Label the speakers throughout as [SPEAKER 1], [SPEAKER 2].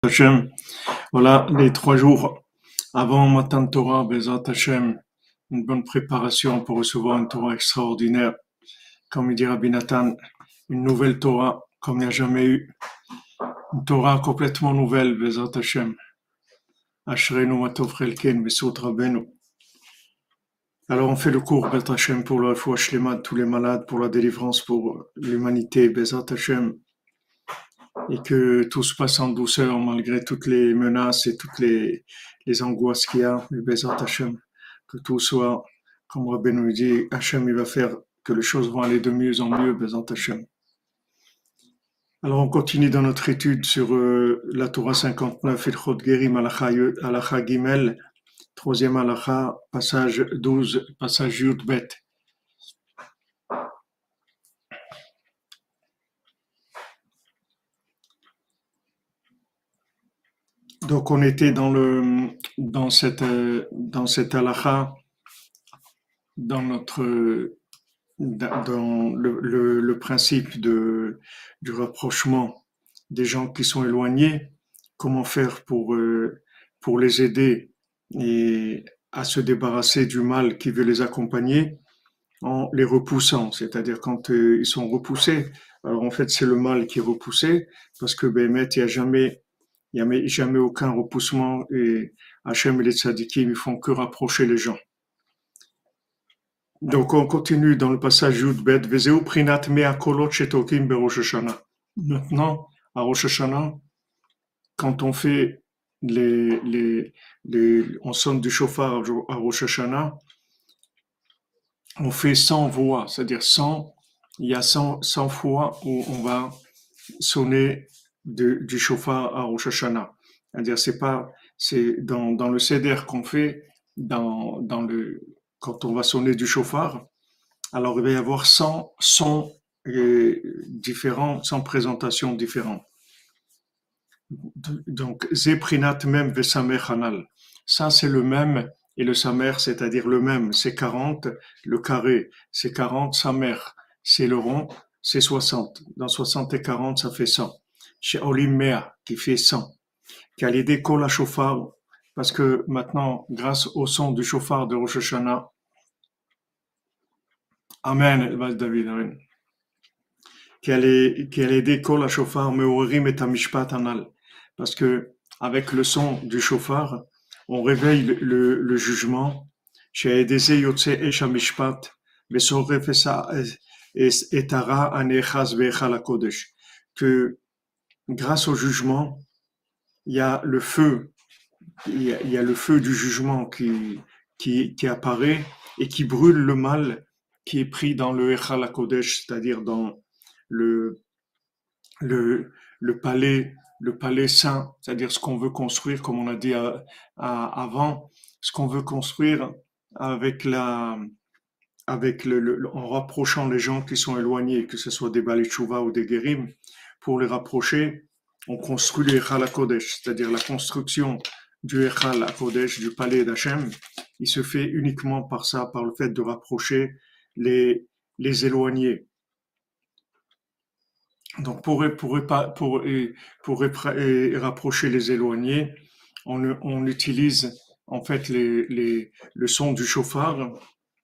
[SPEAKER 1] Hachem. Voilà les 3 jours avant Matan Torah, Bezat Hachem, une bonne préparation pour recevoir une Torah extraordinaire. Comme il dit Rabbi Nathan, une nouvelle Torah comme il n'y a jamais eu. Une Torah complètement nouvelle, Bezat Hachem. Ashrenu Matov Chelken, Besut Rabbeinu. Alors on fait le cours Bezat Hachem pour la foi Shlema de tous les malades, pour la délivrance, pour l'humanité, Bezat Hachem. Et que tout se passe en douceur malgré toutes les menaces et toutes les angoisses qu'il y a, mais Bezat Hachem, que tout soit, comme Rabbi nous dit, Hachem il va faire que les choses vont aller de mieux en mieux, Bezat Hachem. Alors on continue dans notre étude sur la Torah 59, Ilchot Gerim Halacha Gimel, troisième Halacha, passage 12, passage Yud Bet. Donc on était dans cette halakha, dans le principe du rapprochement des gens qui sont éloignés, comment faire pour les aider et à se débarrasser du mal qui veut les accompagner en les repoussant, c'est-à-dire quand ils sont repoussés. Alors en fait c'est le mal qui est repoussé parce que Béhémet, il n'y a jamais aucun repoussement et Hachem et les tzadikim ils font que rapprocher les gens. Donc on continue dans le passage Yud Bet, Vezeu prinat mea kolot shetokim beRosh Hashanah. Maintenant, à Rosh Hashanah, quand on fait on sonne du chauffard à Rosh Hashanah, on fait 100 voix, c'est-à-dire 100, il y a 100 fois où on va sonner du chauffard à Rosh Hashanah. C'est-à-dire c'est dans le seder qu'on fait, quand on va sonner du chauffard, alors il va y avoir 100 sons différents, 100 présentations différentes. Donc, Zeprinat Mem Vesamer Hanal. Ça, c'est le même, et le Samer, c'est-à-dire le même, c'est 40, le carré, c'est 40, Samer, c'est le rond, c'est 60. Dans 60 et 40, ça fait 100. Chez Olim Mea, qui fait 100. Qui a l'idée Kol Shofar, parce que maintenant, grâce au son du chauffard de Rosh Hashanah, Amen, David, Amen. Qui a l'idée Kol Shofar, Meorim et Amishpat Anal. Parce que avec le son du chauffard, on réveille le jugement. Que grâce au jugement, il y a le feu, il y a le feu du jugement qui apparaît et qui brûle le mal qui est pris dans le Echal HaKodesh, c'est-à-dire dans le, le palais saint, c'est-à-dire ce qu'on veut construire, comme on a dit avant, ce qu'on veut construire avec en rapprochant les gens qui sont éloignés, que ce soit des Balei Tshuva ou des Guérim, pour les rapprocher, on construit le Echal HaKodesh, c'est-à-dire la construction du Echal HaKodesh, du palais d'Hachem, il se fait uniquement par ça, par le fait de rapprocher les éloignés. Donc pour rapprocher les éloignés, on utilise en fait le son du chauffard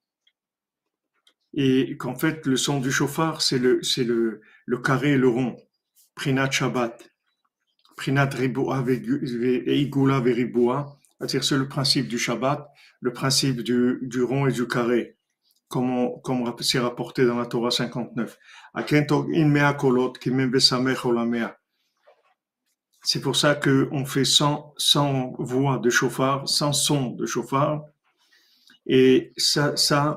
[SPEAKER 1] et qu'en fait le son du chauffard c'est le carré et le rond. Prinat Shabbat, Prinat Riboua Eigula Veriboua, c'est-à-dire c'est le principe du Shabbat, le principe du rond et du carré. Comme c'est rapporté dans la Torah 59. C'est pour ça qu'on fait 100 voix de chauffard, 100 sons de chauffard, et ça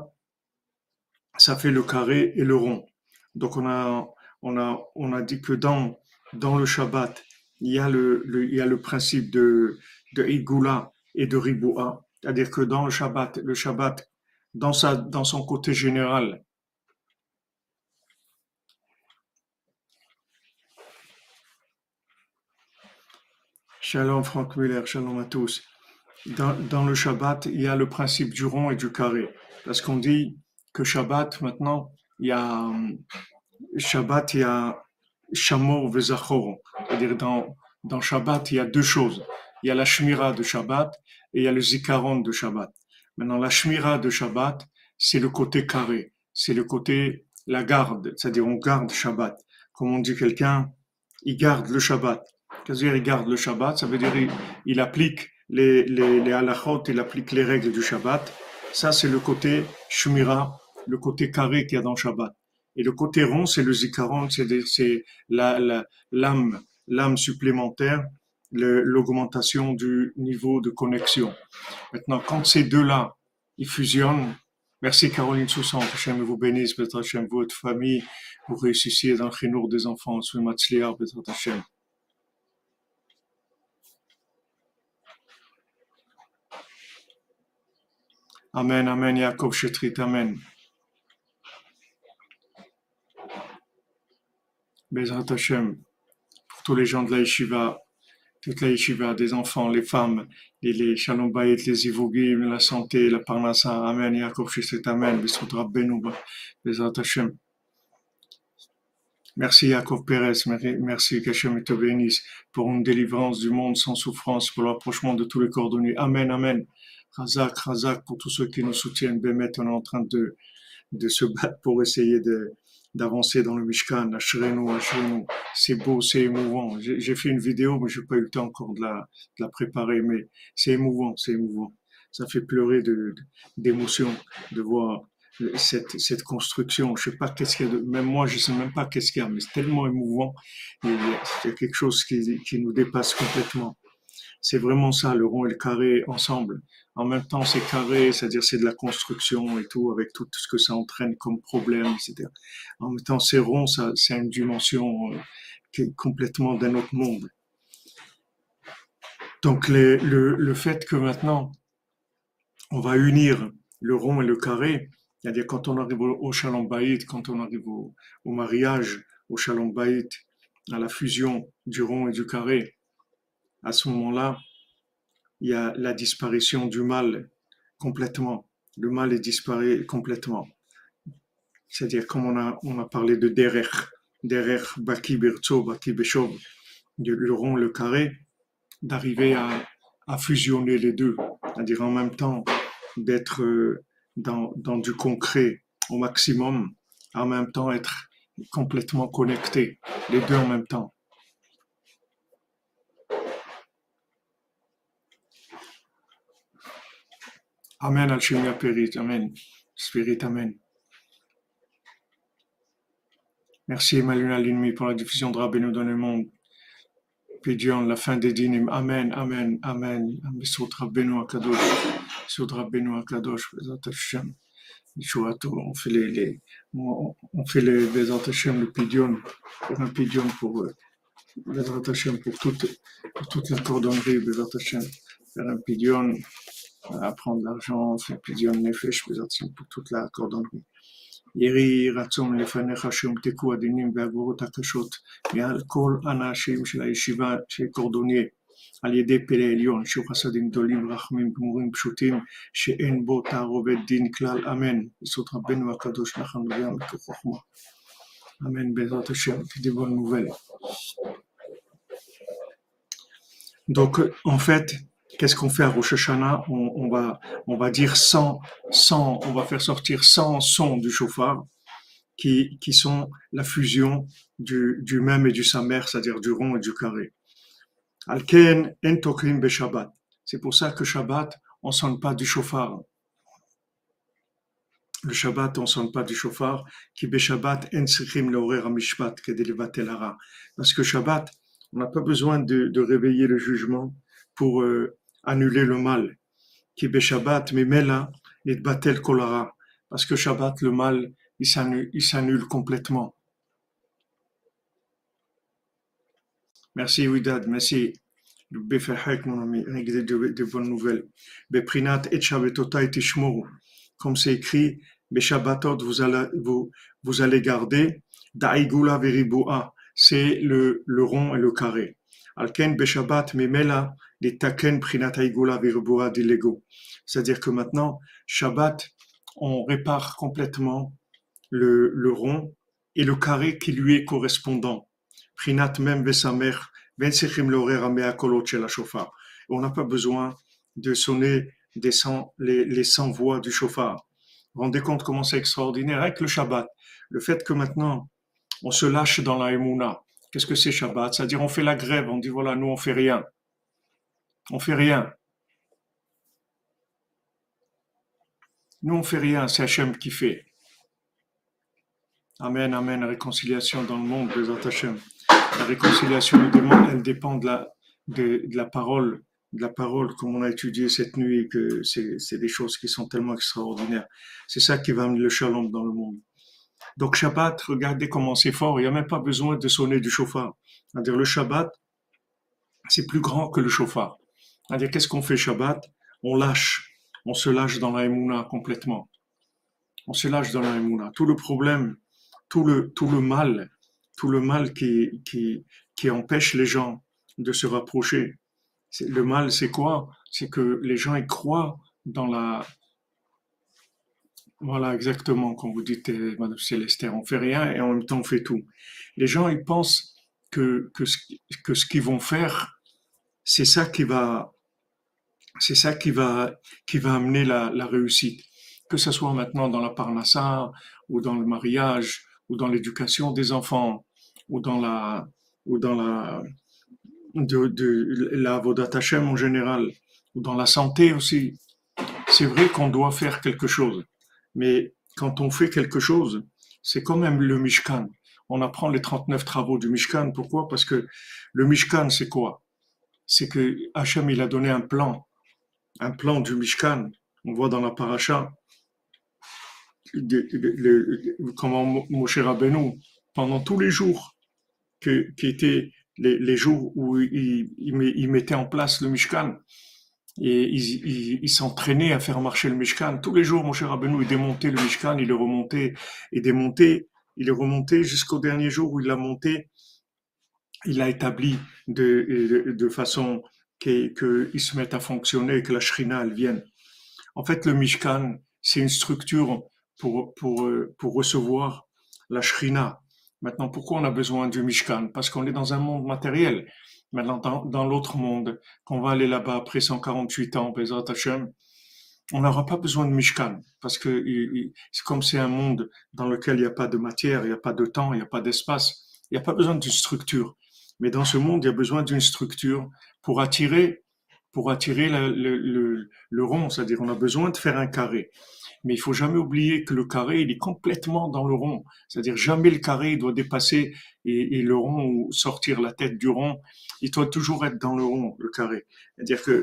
[SPEAKER 1] fait le carré et le rond. Donc on a dit que dans le Shabbat, il y a le principe de Igula et de Riboua, c'est-à-dire que dans le Shabbat, dans son côté général. Shalom Franck Muller, shalom à tous. Dans le Shabbat, il y a le principe du rond et du carré. Parce qu'on dit que Shabbat, maintenant, il y a Shamor Vezachor. C'est-à-dire Dans Shabbat, il y a deux choses. Il y a la Shmira de Shabbat et il y a le Zikaron de Shabbat. Maintenant, la Shmira de Shabbat, c'est le côté carré. C'est le côté, la garde. C'est-à-dire, on garde Shabbat. Comme on dit quelqu'un, il garde le Shabbat. C'est-à-dire, il garde le Shabbat, ça veut dire, il applique les halachot, il applique les règles du Shabbat. Ça, c'est le côté Shmira, le côté carré qu'il y a dans Shabbat. Et le côté rond, c'est le Zikaron, c'est l'âme l'âme supplémentaire, l'augmentation du niveau de connexion. Maintenant, quand ces deux-là, ils fusionnent, merci Caroline Soussan, Hachem vous bénisse, Bezrat Hachem, votre famille, vous réussissiez dans le chinour des enfants, sous le Matzliar, Bezrat Hachem. Amen, Amen, Yaakov Shetrit, Amen. Bezrat Hachem, pour tous les gens de la Yeshiva, toute la yeshiva, des enfants, les femmes, les shalom bayit, les ivugim, la santé, la parnassa, amen, Yaakov Shisset, amen, Besot Rabbeinu, Bezrat Hashem. Merci Yaakov Pérez, merci qu'Hachem te bénisse pour une délivrance du monde sans souffrance, pour l'approchement de tous les cordonniers. Amen, amen. Razak, Razak, pour tous ceux qui nous soutiennent. Bémet, on est en train de se battre pour essayer d'avancer dans le Mishkan. Ashrenu, Ashrenu. C'est beau, c'est émouvant. J'ai fait une vidéo, mais j'ai pas eu le temps encore de la préparer, mais c'est émouvant, c'est émouvant. Ça fait pleurer d'émotion de voir cette construction. Je sais pas qu'est-ce qu'il y a même moi, je sais même pas qu'est-ce qu'il y a, mais c'est tellement émouvant. Il y a quelque chose qui nous dépasse complètement. C'est vraiment ça, le rond et le carré ensemble. En même temps, c'est carré, c'est-à-dire c'est de la construction et tout, avec tout ce que ça entraîne comme problème, etc. En même temps, c'est rond, ça, c'est une dimension qui est complètement d'un autre monde. Donc, le fait que maintenant, on va unir le rond et le carré, c'est-à-dire quand on arrive au Shalom Bayit, quand on arrive au mariage, au Shalom Bayit, à la fusion du rond et du carré, à ce moment-là, il y a la disparition du mal complètement. Le mal est disparu complètement. C'est-à-dire, comme on a parlé de Derer, Baki Birtso, Baki Beshov, le rond, le carré, d'arriver à fusionner les deux, c'est-à-dire en même temps d'être dans du concret au maximum, en même temps être complètement connecté, les deux en même temps. Amen, Alchimia Périt, Amen, Spirit, Amen. Merci Emmanuel Alinmi pour la diffusion de Rabbeinu dans le monde. Pidion, la fin des dynimes. Amen, Amen, Amen. Besot Rabbeinu Akadosh, Besot Rabbeinu Akadosh, Bezat Hashem. On fait les Bezat Hashem, le Pidion, pour un Pidion pour Bezat Hashem, pour toute la cordonnerie, Bezat Hashem. Faire un Pidion, apprendre l'argent, faire Pidion Nefesh, Bezat Hashem, pour toute la cordonnerie. יהי רצון לפניך שהומתקו הדינים והגבורות הקשות מעל כל האנשים של הישיבה של קורדוניה על ידי פלא עליון, שהוא חסדים גדולים, רחמים גמורים פשוטים, שאין בו תערובת דין כלל, אמן. בזכות רבנו הקדוש נחם וים מתוך חוכמה. אמן בעזרת השם, des bonnes nouvelles. Donc, en fait, qu'est-ce qu'on fait à Rosh Hashanah? On va dire 100, on va faire sortir 100 sons du shofar qui sont la fusion du même et du samer, c'est-à-dire du rond et du carré. Alken en tokrim be Shabbat. C'est pour ça que Shabbat, on sonne pas du shofar. Le Shabbat, on sonne pas du shofar. Ki be Shabbat en tzrichim leorer hamishpat kedei levatel hara. Parce que Shabbat, on n'a pas besoin de réveiller le jugement pour annuler le mal. Qui be Shabbat mimela nitbatel kol hara. Parce que Shabbat, le mal, il s'annule complètement. Merci Widad, merci. Befahek mon ami, avec de bonnes nouvelles. Beprinat et Shabbatotai tishmoru. Comme c'est écrit, Beshabbatot vous allez garder. Daigula veribua. C'est le rond et le carré. Alken Beshabbat memela les taken prinat aigula veribua dilego. C'est-à-dire que maintenant, Shabbat, on répare complètement le rond et le carré qui lui est correspondant. Prinat même besamer On n'a pas besoin de sonner les 100 voix du chauffard. Vous vous rendez compte comment c'est extraordinaire avec le Shabbat. Le fait que maintenant, on se lâche dans la Emouna. Qu'est-ce que c'est Shabbat? C'est-à-dire on fait la grève, on dit voilà, nous on fait rien. On fait rien. Nous on fait rien, c'est Hachem qui fait. Amen, amen, la réconciliation dans le monde, Bezat Hachem. La réconciliation, elle dépend de la parole comme on a étudié cette nuit, que c'est des choses qui sont tellement extraordinaires. C'est ça qui va amener le shalom dans le monde. Donc Shabbat, regardez comment c'est fort, il n'y a même pas besoin de sonner du chauffard. C'est-à-dire le Shabbat, c'est plus grand que le chauffard. C'est-à-dire qu'est-ce qu'on fait Shabbat? On se lâche dans la Emouna complètement. On se lâche dans la Emouna. Tout le problème, tout le mal qui empêche les gens de se rapprocher. Le mal, c'est quoi? C'est que les gens y croient dans la... Voilà, exactement, comme vous dites, Madame Célestère, on fait rien et en même temps on fait tout. Les gens, ils pensent que ce qu'ils vont faire, c'est ça qui va, c'est ça qui va amener la réussite. Que ce soit maintenant dans la parnassa, ou dans le mariage, ou dans l'éducation des enfants, ou dans la Avodat Hashem en général, ou dans la santé aussi. C'est vrai qu'on doit faire quelque chose, mais quand on fait quelque chose, c'est quand même le Mishkan. On apprend les 39 travaux du Mishkan. Pourquoi? Parce que le Mishkan, c'est quoi? C'est que Hachem, il a donné un plan du Mishkan. On voit dans la paracha comment Moshe Rabbeinu, pendant tous les jours qui étaient les jours où il mettait en place le Mishkan, et il s'entraînait à faire marcher le Mishkan. Tous les jours, Moshe Rabbeinu, il démontait le Mishkan, il le remontait et démontait, il est remonté jusqu'au dernier jour où il l'a monté. Il l'a établi de façon qu'il se mette à fonctionner et que la Shrina, elle vienne. En fait, le Mishkan, c'est une structure pour recevoir la Shrina. Maintenant, pourquoi on a besoin du Mishkan? Parce qu'on est dans un monde matériel. Maintenant, dans l'autre monde, qu'on va aller là-bas après 148 ans, Bezrat Hashem, on n'aura pas besoin de Mishkan. Parce que comme c'est un monde dans lequel il n'y a pas de matière, il n'y a pas de temps, il n'y a pas d'espace, il n'y a pas besoin d'une structure. Mais dans ce monde, il y a besoin d'une structure pour attirer le rond, c'est-à-dire on a besoin de faire un carré. Mais il faut jamais oublier que le carré, il est complètement dans le rond. C'est-à-dire jamais le carré il doit dépasser et le rond ou sortir la tête du rond. Il doit toujours être dans le rond, le carré. C'est-à-dire que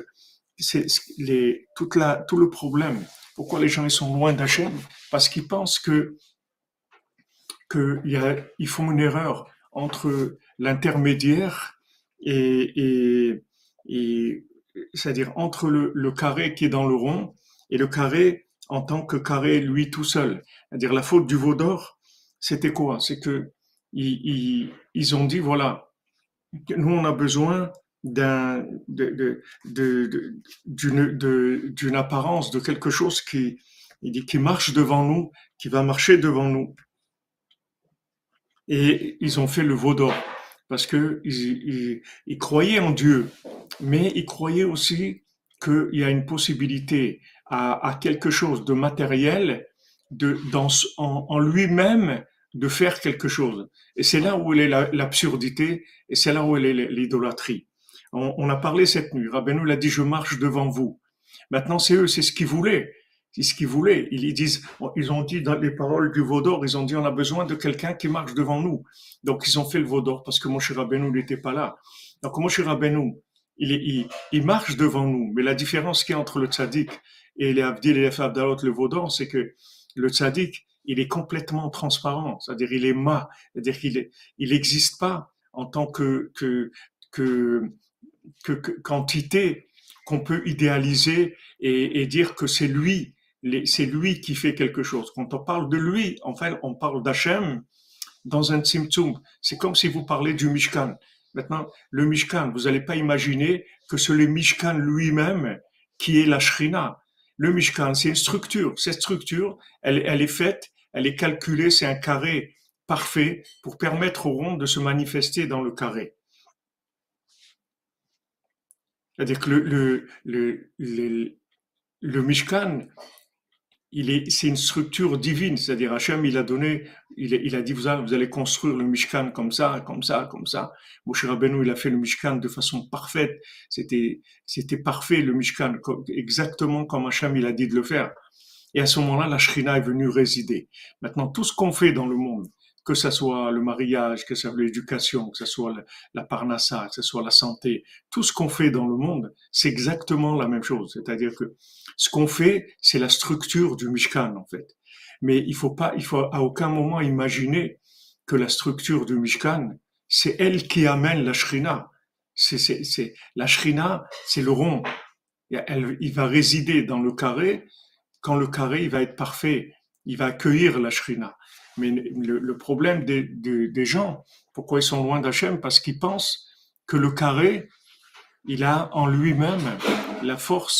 [SPEAKER 1] tout le problème. Pourquoi les gens ils sont loin d'Hachem? Parce qu'ils pensent ils font une erreur entre l'intermédiaire et c'est-à-dire entre le carré qui est dans le rond et le carré en tant que carré lui tout seul. C'est-à-dire la faute du veau d'or, c'était quoi? C'est que ils ont dit voilà, nous on a besoin d'une apparence, de quelque chose qui marche devant nous, qui va marcher devant nous. Et ils ont fait le veau d'or parce que ils croyaient en Dieu, mais ils croyaient aussi qu'il y a une possibilité à quelque chose de matériel en lui-même de faire quelque chose. Et c'est là où est l'absurdité et c'est là où est l'idolâtrie. On a parlé cette nuit. Rabbeinu l'a dit, je marche devant vous. Maintenant, c'est eux, c'est ce qu'ils voulaient. C'est ce qu'ils voulaient. Ils ont dit dans les paroles du veau d'or, ils ont dit, on a besoin de quelqu'un qui marche devant nous. Donc, ils ont fait le veau d'or parce que Moshe Rabbeinu n'était pas là. Donc, Moshe Rabbeinu, il marche devant nous. Mais la différence qu'il y a entre le tzaddik et les Abdil et les Abdalot, le veau d'or, c'est que le tzaddik, il est complètement transparent. C'est-à-dire, il est c'est-à-dire il n'existe pas en tant qu'entité qu'on peut idéaliser et dire que c'est lui qui fait quelque chose. Quand on parle de lui, en fait, on parle d'Hachem dans un tzimtzum. C'est comme si vous parlez du Mishkan. Maintenant, le Mishkan, vous n'allez pas imaginer que c'est le Mishkan lui-même qui est la Shrina. Le Mishkan, c'est une structure. Cette structure, elle est faite, elle est calculée, c'est un carré parfait pour permettre au rond de se manifester dans le carré. C'est-à-dire que le Mishkan, c'est une structure divine, c'est-à-dire Hachem, il a donné, il a dit, vous allez construire le Mishkan comme ça, comme ça, comme ça. Moshe Rabbeinu, il a fait le Mishkan de façon parfaite. C'était parfait, le Mishkan, exactement comme Hachem, il a dit de le faire. Et à ce moment-là, la Shrina est venue résider. Maintenant, tout ce qu'on fait dans le monde, que ce soit le mariage, que ce soit l'éducation, que ce soit la parnassa, que ce soit la santé, tout ce qu'on fait dans le monde, c'est exactement la même chose. C'est-à-dire que ce qu'on fait, c'est la structure du Mishkan, en fait. Mais il faut à aucun moment imaginer que la structure du Mishkan, c'est elle qui amène la Shrina. La Shrina, c'est le rond. Il va résider dans le carré quand le carré il va être parfait, il va accueillir la shrina. Mais le problème des gens, pourquoi ils sont loin d'Hachem? Parce qu'ils pensent que le carré, il a en lui-même la force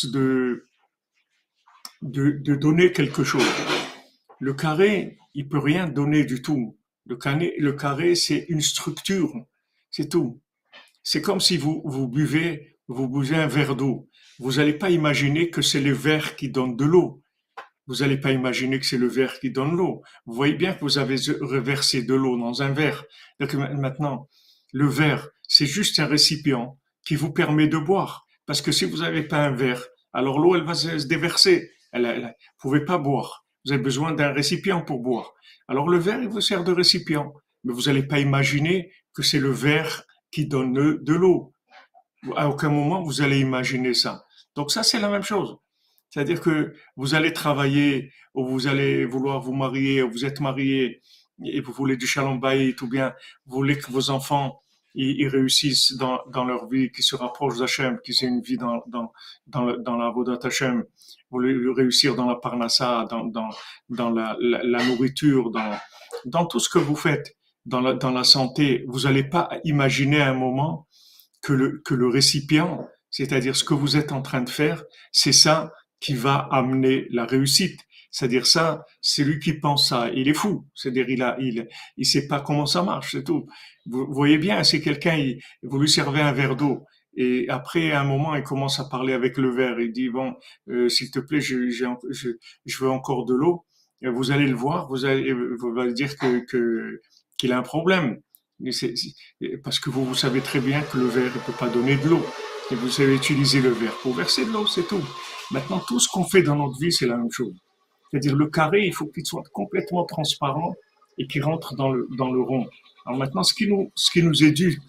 [SPEAKER 1] de donner quelque chose. Le carré, il peut rien donner du tout. Le carré, c'est une structure, c'est tout. C'est comme si vous buvez un verre d'eau. Vous n'allez pas imaginer que c'est le verre qui donne de l'eau. Vous n'allez pas imaginer que c'est le verre qui donne l'eau. Vous voyez bien que vous avez reversé de l'eau dans un verre. Donc maintenant, le verre, c'est juste un récipient qui vous permet de boire. Parce que si vous n'avez pas un verre, alors l'eau, elle va se déverser. Vous pouvez pas boire. Vous avez besoin d'un récipient pour boire. Alors le verre, il vous sert de récipient. Mais vous n'allez pas imaginer que c'est le verre qui donne de l'eau. À aucun moment, vous allez imaginer ça. Donc ça, c'est la même chose. C'est-à-dire que vous allez travailler, ou vous allez vouloir vous marier, ou vous êtes marié, et vous voulez du shalom bayit, ou bien vous voulez que vos enfants ils réussissent dans leur vie, qu'ils se rapprochent d'Hachem, qu'ils aient une vie dans la Vodat Hachem. Vous voulez réussir dans la parnassa, dans la nourriture, dans tout ce que vous faites, dans la santé. Vous n'allez pas imaginer à un moment que le récipient, c'est-à-dire ce que vous êtes en train de faire, c'est ça qui va amener la réussite. C'est-à-dire ça, c'est lui qui pense ça, il est fou. C'est-à-dire il sait pas comment ça marche, c'est tout. Vous voyez bien, c'est quelqu'un, vous lui servez un verre d'eau. Et après, à un moment, il commence à parler avec le verre. Il dit, bon, s'il te plaît, je veux encore de l'eau. Et vous allez le voir, vous allez dire qu'il a un problème. Parce que vous savez très bien que le verre ne peut pas donner de l'eau. Et vous savez utiliser le verre pour verser de l'eau, c'est tout. Maintenant, tout ce qu'on fait dans notre vie, c'est la même chose. C'est-à-dire le carré, il faut qu'il soit complètement transparent et qu'il rentre dans le rond. Alors maintenant, ce qui nous éduque,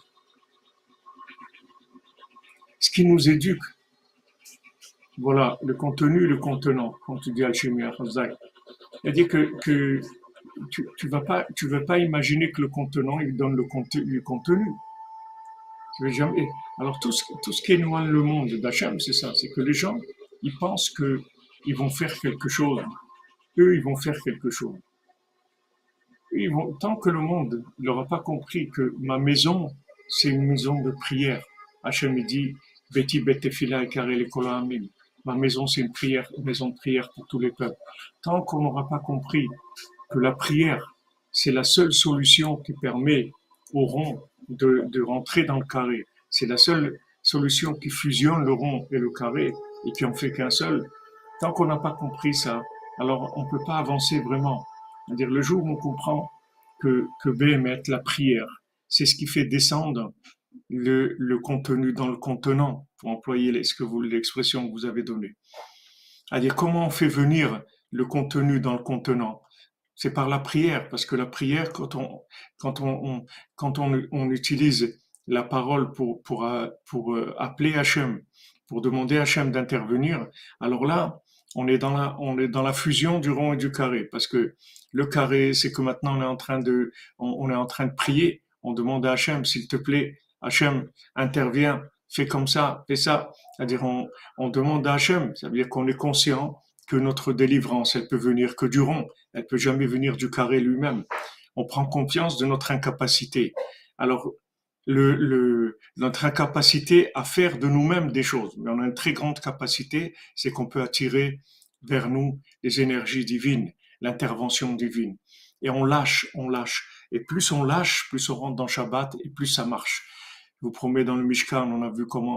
[SPEAKER 1] ce qui nous éduque, voilà, le contenu, le contenant, quand tu dis alchimie à Razak. C'est-à-dire que tu vas pas imaginer que le contenant, il donne le contenu. Je vais jamais. Alors tout ce qui éloigne le monde d'Hachem, c'est ça, c'est que les gens, ils pensent que ils vont faire quelque chose. Eux, ils vont faire quelque chose. Tant que le monde n'aura pas compris que ma maison, c'est une maison de prière. Hachem il dit, Beti betefila et kare amim. Ma maison, c'est une maison de prière pour tous les peuples. Tant qu'on n'aura pas compris que la prière, c'est la seule solution qui permet au rond de rentrer dans le carré. C'est la seule solution qui fusionne le rond et le carré et qui en fait qu'un seul. Tant qu'on n'a pas compris ça, alors on ne peut pas avancer vraiment. C'est-à-dire le jour où on comprend que Béhémet, la prière, c'est ce qui fait descendre le contenu dans le contenant, pour employer l'expression que vous avez donnée. C'est-à-dire comment on fait venir le contenu dans le contenant. C'est par la prière, parce que la prière, quand on utilise la parole pour appeler Hachem, pour demander à Hachem d'intervenir, alors là, on est dans la fusion du rond et du carré, parce que le carré, c'est que maintenant on est en train de prier, on demande à Hachem, s'il te plaît, Hachem, intervient, fais comme ça, fais ça. C'est-à-dire, on demande à Hachem, ça veut dire qu'on est conscient que notre délivrance, elle peut venir que du rond, elle peut jamais venir du carré lui-même. On prend confiance de notre incapacité. Alors, notre incapacité à faire de nous-mêmes des choses, mais on a une très grande capacité, c'est qu'on peut attirer vers nous les énergies divines, l'intervention divine. Et on lâche, on lâche. Et plus on lâche, plus on rentre dans Shabbat et plus ça marche. Je vous promets, dans le Mishkan, on a vu comment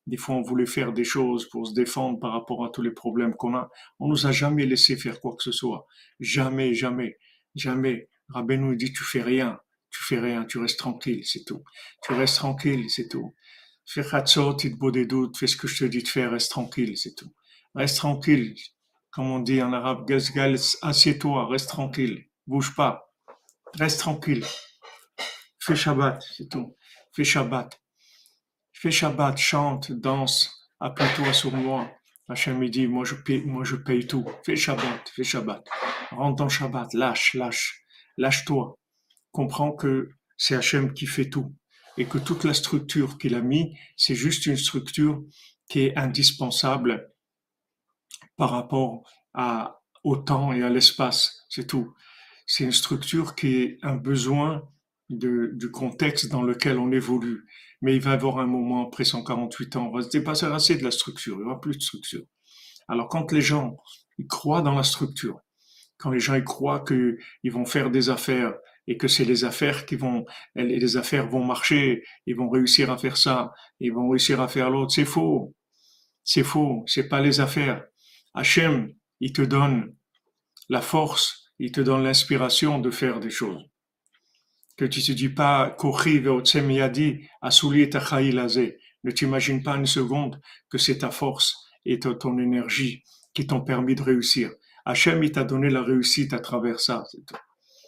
[SPEAKER 1] Des fois, on voulait faire des choses pour se défendre par rapport à tous les problèmes qu'on a. On nous a jamais laissé faire quoi que ce soit. Jamais, jamais, jamais. Rabbeinu dit, tu fais rien, tu restes tranquille, c'est tout. Tu restes tranquille, c'est tout. Fais chatzot, des doutes, fais ce que je te dis de faire, reste tranquille, c'est tout. Reste tranquille. Comme on dit en arabe, gazgal, assieds-toi, reste tranquille. Bouge pas. Reste tranquille. Fais Shabbat, c'est tout. Fais Shabbat. Fais Shabbat, chante, danse, appuie-toi sur moi. Hachem il dit, moi je paye tout. Fais Shabbat, fais Shabbat. Rentre dans Shabbat, lâche-toi. Comprends que c'est Hachem qui fait tout. Et que toute la structure qu'il a mis, c'est juste une structure qui est indispensable par rapport au temps et à l'espace. C'est tout. C'est une structure qui est un besoin du contexte dans lequel on évolue. Mais il va y avoir un moment, après 148 ans, on va se dépasser de la structure, il n'y aura plus de structure. Alors quand les gens ils croient dans la structure, quand les gens ils croient qu'ils vont faire des affaires et que c'est les affaires les affaires vont marcher, ils vont réussir à faire ça, ils vont réussir à faire l'autre, c'est pas les affaires. Hachem, il te donne la force, il te donne l'inspiration de faire des choses. Que tu te dis pas, Kochi ve'otsem yadi, asuli et lazé. Ne t'imagine pas une seconde que c'est ta force et ton énergie qui t'ont permis de réussir. Hachem, il t'a donné la réussite à travers ça. C'est tout.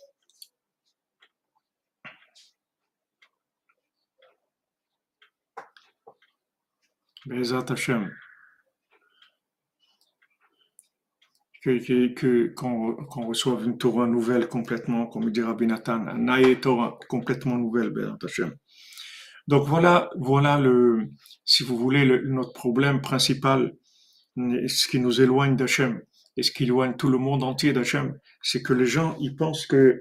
[SPEAKER 1] Bezat Hachem. Qu'on reçoive une Torah nouvelle complètement, comme dit Rabbi Nathan, un Aye Torah complètement nouvelle, Bezat Hachem. Donc voilà si vous voulez, notre problème principal, ce qui nous éloigne d'Hachem et ce qui éloigne tout le monde entier d'Hachem, c'est que les gens, ils pensent que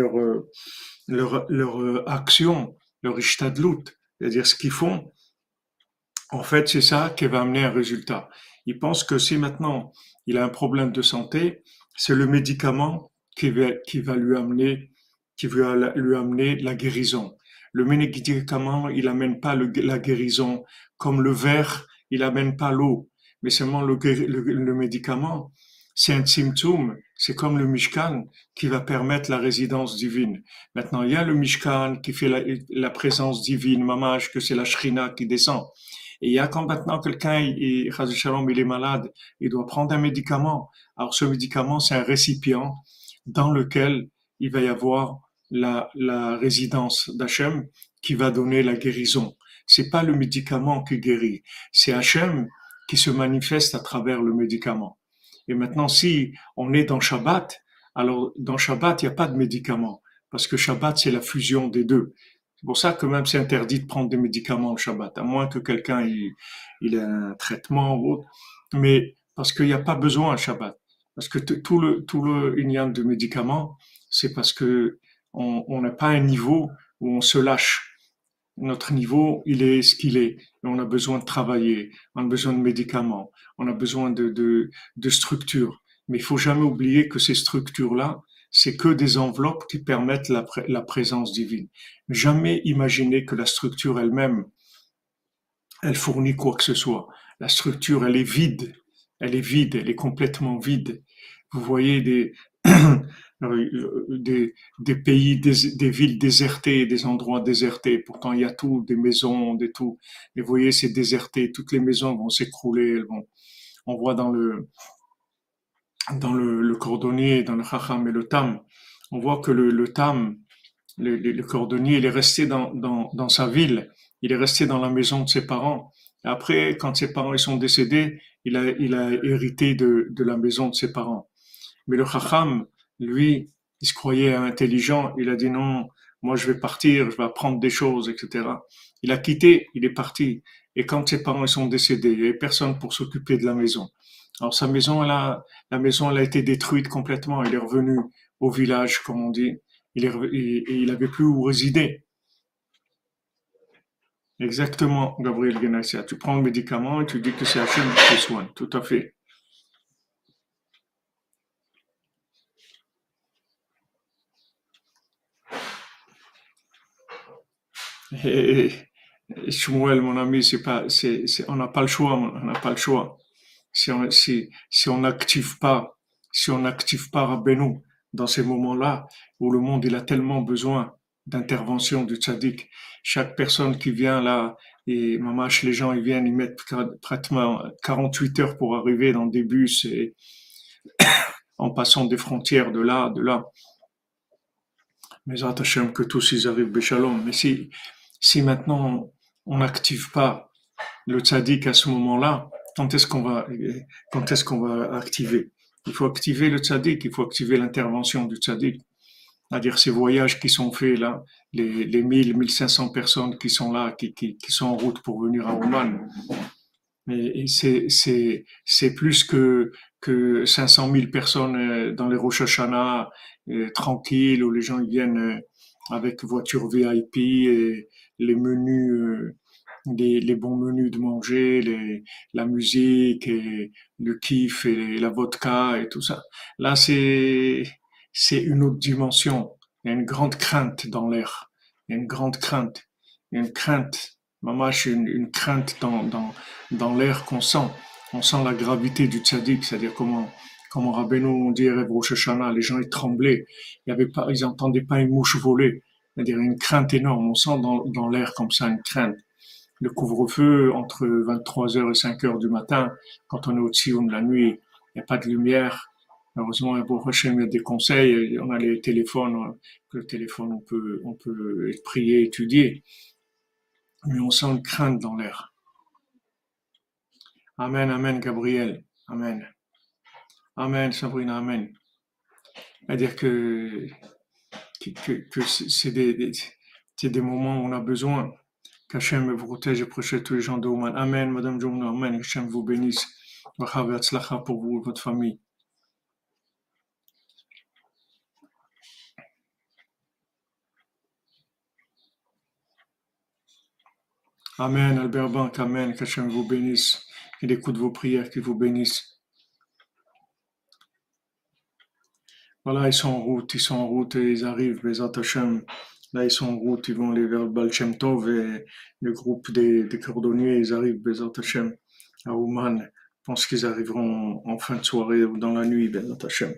[SPEAKER 1] leur action, leur ishtadlut, c'est-à-dire ce qu'ils font, en fait, c'est ça qui va amener un résultat. Ils pensent que si maintenant il a un problème de santé, c'est le médicament qui va lui amener la guérison. Le médicament, il amène pas la guérison comme le verre, il amène pas l'eau, mais seulement le médicament. C'est un tzimtzum, c'est comme le mishkan qui va permettre la résidence divine. Maintenant, il y a le mishkan qui fait la présence divine, mamash, que c'est la shrina qui descend. Et il y a quand maintenant quelqu'un, il est malade, il doit prendre un médicament. Alors ce médicament, c'est un récipient dans lequel il va y avoir la résidence d'Hachem qui va donner la guérison. C'est pas le médicament qui guérit, c'est Hachem qui se manifeste à travers le médicament. Et maintenant, si on est dans Shabbat, alors dans Shabbat, il n'y a pas de médicament, parce que Shabbat, c'est la fusion des deux. C'est pour ça que même c'est interdit de prendre des médicaments au Shabbat, à moins que quelqu'un il ait un traitement ou autre. Mais parce qu'il n'y a pas besoin à Shabbat. Parce que tout le union de médicaments, c'est parce que on n'a pas un niveau où on se lâche. Notre niveau, il est ce qu'il est. Et on a besoin de travailler, on a besoin de médicaments, on a besoin de structures. Mais il faut jamais oublier que ces structures-là, c'est que des enveloppes qui permettent la présence divine. Jamais imaginer que la structure elle-même, elle fournit quoi que ce soit. La structure, elle est complètement vide. Vous voyez des pays, des villes désertées, des endroits désertés. Pourtant, il y a tout, des maisons, des tout. Mais vous voyez, c'est déserté. Toutes les maisons vont s'écrouler. On voit dans le cordonnier, dans le chacham et le tam, on voit que le tam, le cordonnier, il est resté dans sa ville, il est resté dans la maison de ses parents. Et après, quand ses parents ils sont décédés, il a hérité de la maison de ses parents. Mais le chacham, lui, il se croyait intelligent, il a dit non, moi je vais partir, je vais apprendre des choses, etc. Il a quitté, il est parti. Et quand ses parents ils sont décédés, il n'y avait personne pour s'occuper de la maison. Alors sa maison, la maison, elle a été détruite complètement. Il est revenu au village, comme on dit. Et il avait plus où résider. Exactement, Gabriel Genassia. Tu prends le médicament et tu dis que c'est Hachem qui te soigne. Tout à fait. Et Shmuel, mon ami, on n'a pas le choix, on n'a pas le choix. Si on n'active pas, si on n'active pas Rabbeinu dans ces moments-là où le monde il a tellement besoin d'intervention du tzaddik, chaque personne qui vient là, et mamash, les gens ils viennent, ils mettent pratiquement 48 heures pour arriver dans des bus et en passant des frontières de là, de là. Mais Hashem, que tous ils arrivent béchalom. Mais si maintenant on n'active pas le tzaddik à ce moment-là, quand est-ce qu'on va activer? Il faut activer le tzaddik, il faut activer l'intervention du tzaddik. C'est-à-dire ces voyages qui sont faits là, les 1500 personnes qui sont là, qui sont en route pour venir à Oman. Et c'est plus que 500 000 personnes dans les Rosh Hashanah, tranquilles, où les gens ils viennent avec voiture VIP et les menus, les bons menus de manger, la musique et le kiff et la vodka et tout ça. Là, c'est une autre dimension. Il y a une grande crainte dans l'air. Il y a une grande crainte. Il y a une crainte. Mamash, une crainte dans l'air qu'on sent. On sent la gravité du tzaddik, c'est-à-dire comment Rabbeinu dit Erev Rosh Hashanah, les gens ils tremblaient. Ils entendaient pas une mouche voler. C'est-à-dire une crainte énorme. On sent dans l'air comme ça une crainte. Le couvre-feu entre 23 heures et 5 heures du matin, quand on est au-dessus de la nuit, il n'y a pas de lumière. Heureusement, pour Hachem, il y a des conseils. On a les téléphones, le téléphone, on peut prier, étudier. Mais on sent une crainte dans l'air. Amen, amen, Gabriel. Amen. Amen, Sabrina, amen. C'est-à-dire que c'est des moments où on a besoin. Qu'Hachem vous protège et protège tous les gens de Oman. Amen, Madame Jumna, amen. Qu'Hachem vous bénisse. Pour vous et votre famille. Amen, Albert Bank, amen. Qu'Hachem vous bénisse. Qu'il écoute vos prières, qu'il vous bénisse. Voilà, ils sont en route et ils arrivent, les Hachem. Là, ils sont en route, ils vont aller vers le Baal Shem Tov et le groupe des cordonniers, ils arrivent, Bezat Hashem, à Ouman. Je pense qu'ils arriveront en fin de soirée ou dans la nuit, Bezat Hashem.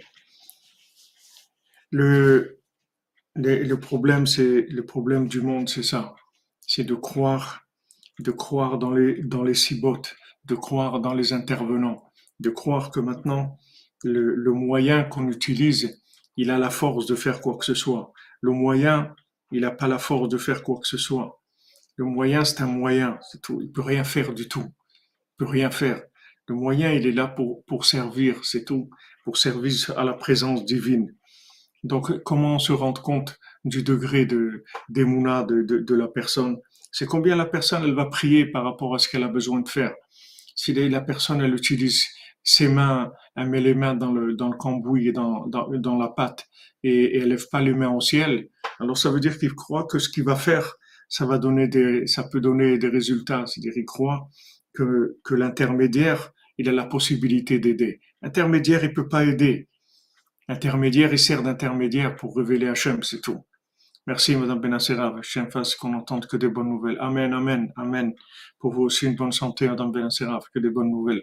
[SPEAKER 1] Le problème du monde, c'est ça. C'est de croire dans les cibotes, de croire dans les intervenants, de croire que maintenant, le moyen qu'on utilise, il a la force de faire quoi que ce soit. Le moyen, il n'a pas la force de faire quoi que ce soit. Le moyen, c'est un moyen, c'est tout. Il peut rien faire du tout. Il peut rien faire. Le moyen, il est là pour servir, c'est tout. Pour servir à la présence divine. Donc, comment se rendre compte du degré d'émouna de la personne? C'est combien la personne, elle va prier par rapport à ce qu'elle a besoin de faire. Si la personne, elle utilise ses mains, elle met les mains dans le cambouis et dans la pâte et elle lève pas les mains au ciel, alors ça veut dire qu'il croit que ce qu'il va faire, ça peut donner des résultats. C'est-à-dire, il croit que l'intermédiaire, il a la possibilité d'aider. L'intermédiaire, il peut pas aider. Intermédiaire, il sert d'intermédiaire pour révéler Hachem, c'est tout. Merci, Madame Benassera. Hachem fasse qu'on n'entende que des bonnes nouvelles. Amen, amen, amen. Pour vous aussi, une bonne santé, Madame Benassera, que des bonnes nouvelles.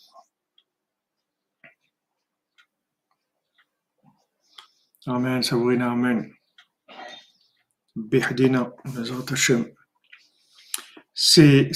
[SPEAKER 1] Amen, Sabrina, amen. Bihdina, Bezrat Hachem. C'est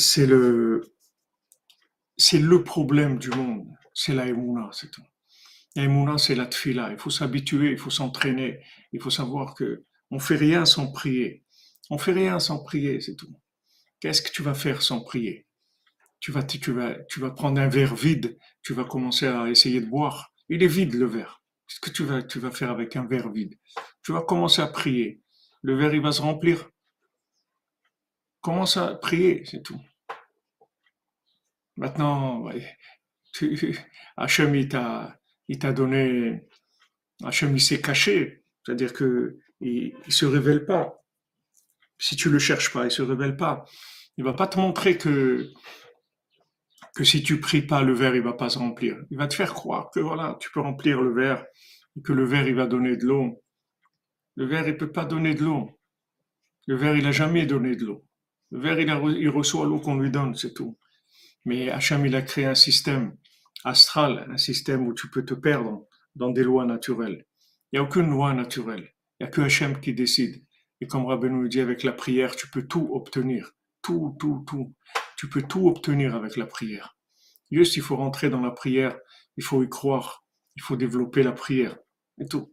[SPEAKER 1] le problème du monde. C'est la Emouna, c'est tout. La Emouna, c'est la tfila. Il faut s'habituer, il faut s'entraîner. Il faut savoir que on fait rien sans prier. On fait rien sans prier, c'est tout. Qu'est-ce que tu vas faire sans prier? Tu vas prendre un verre vide, tu vas commencer à essayer de boire. Il est vide le verre. Qu'est-ce que tu vas faire avec un verre vide? Tu vas commencer à prier. Le verre, il va se remplir. Commence à prier, c'est tout. Maintenant, ouais, Hachem, il t'a donné, Hachem, il s'est caché. C'est-à-dire que il se révèle pas. Si tu le cherches pas, il se révèle pas. Il va pas te montrer que si tu pries pas, le verre, il va pas se remplir. Il va te faire croire que voilà, tu peux remplir le verre et que le verre, il va donner de l'eau. Le verre, il peut pas donner de l'eau. Le verre, il a jamais donné de l'eau. Le verre, il reçoit l'eau qu'on lui donne, c'est tout. Mais Hacham, il a créé un système astral, un système où tu peux te perdre dans des lois naturelles. Il n'y a aucune loi naturelle. Il n'y a que Hachem qui décide. Et comme Rabbeinu nous dit, avec la prière, tu peux tout obtenir. Tout, tout, tout. Tu peux tout obtenir avec la prière. Juste, il faut rentrer dans la prière. Il faut y croire. Il faut développer la prière. Et tout.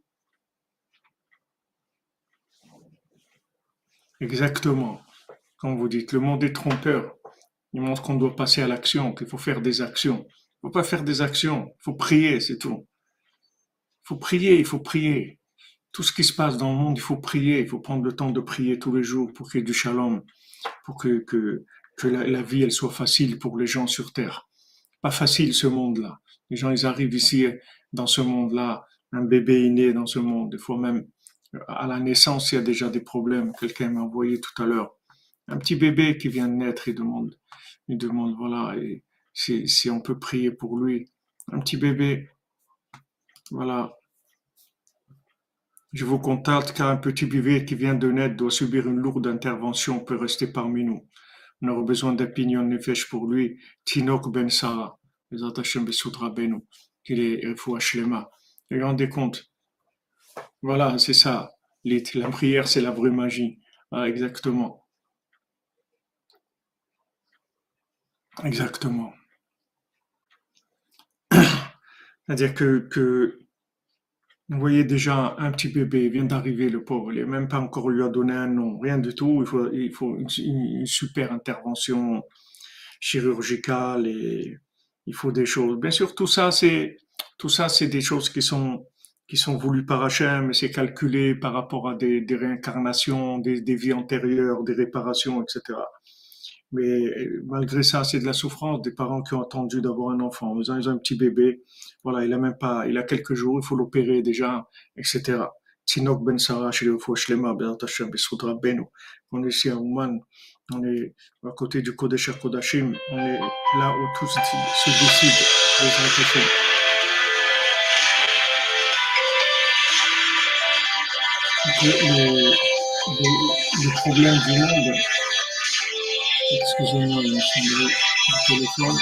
[SPEAKER 1] Exactement. Comme vous dites, le monde est trompeur. Il montre qu'on doit passer à l'action, qu'il faut faire des actions. Il ne faut pas faire des actions. Il faut prier, c'est tout. Il faut prier, il faut prier. Tout ce qui se passe dans le monde, il faut prier. Il faut prendre le temps de prier tous les jours pour qu'il y ait du shalom, pour que la vie elle soit facile pour les gens sur Terre. Pas facile ce monde-là. Les gens, ils arrivent ici dans ce monde-là. Un bébé est né dans ce monde. Des fois même, à la naissance, il y a déjà des problèmes. Quelqu'un m'a envoyé tout à l'heure. Un petit bébé qui vient de naître, il demande voilà, et si on peut prier pour lui. Un petit bébé, voilà. Je vous contacte car un petit bébé qui vient de naître doit subir une lourde intervention peut rester parmi nous. On aura besoin d'un pignon nefesh pour lui. Tinok ben Sarah. Les attachés Bessoudra Benu. Qu'il est fou Shlema. Et vous vous rendez compte? Voilà, c'est ça. La prière, c'est la vraie magie. Ah, exactement. Exactement. C'est-à-dire que vous voyez déjà un petit bébé, il vient d'arriver, le pauvre, il n'est même pas encore lui a donné un nom, rien du tout. Il faut une super intervention chirurgicale et il faut des choses. Bien sûr, tout ça, c'est des choses qui sont voulues par Hachem, et c'est calculé par rapport à des réincarnations, des vies antérieures, des réparations, etc. Mais malgré ça, c'est de la souffrance des parents qui ont attendu d'avoir un enfant. Ils ont un petit bébé, voilà, il a quelques jours, il faut l'opérer déjà, etc. Tinok ben Sarah, chez le Fouachlema, ben Hashem, Bessoudra Benu. On est ici à Ouman, on est à côté du Kodesh HaKodashim, on est là où tout se décide. Le problème du monde, excusez-moi, il me semblait le téléphone.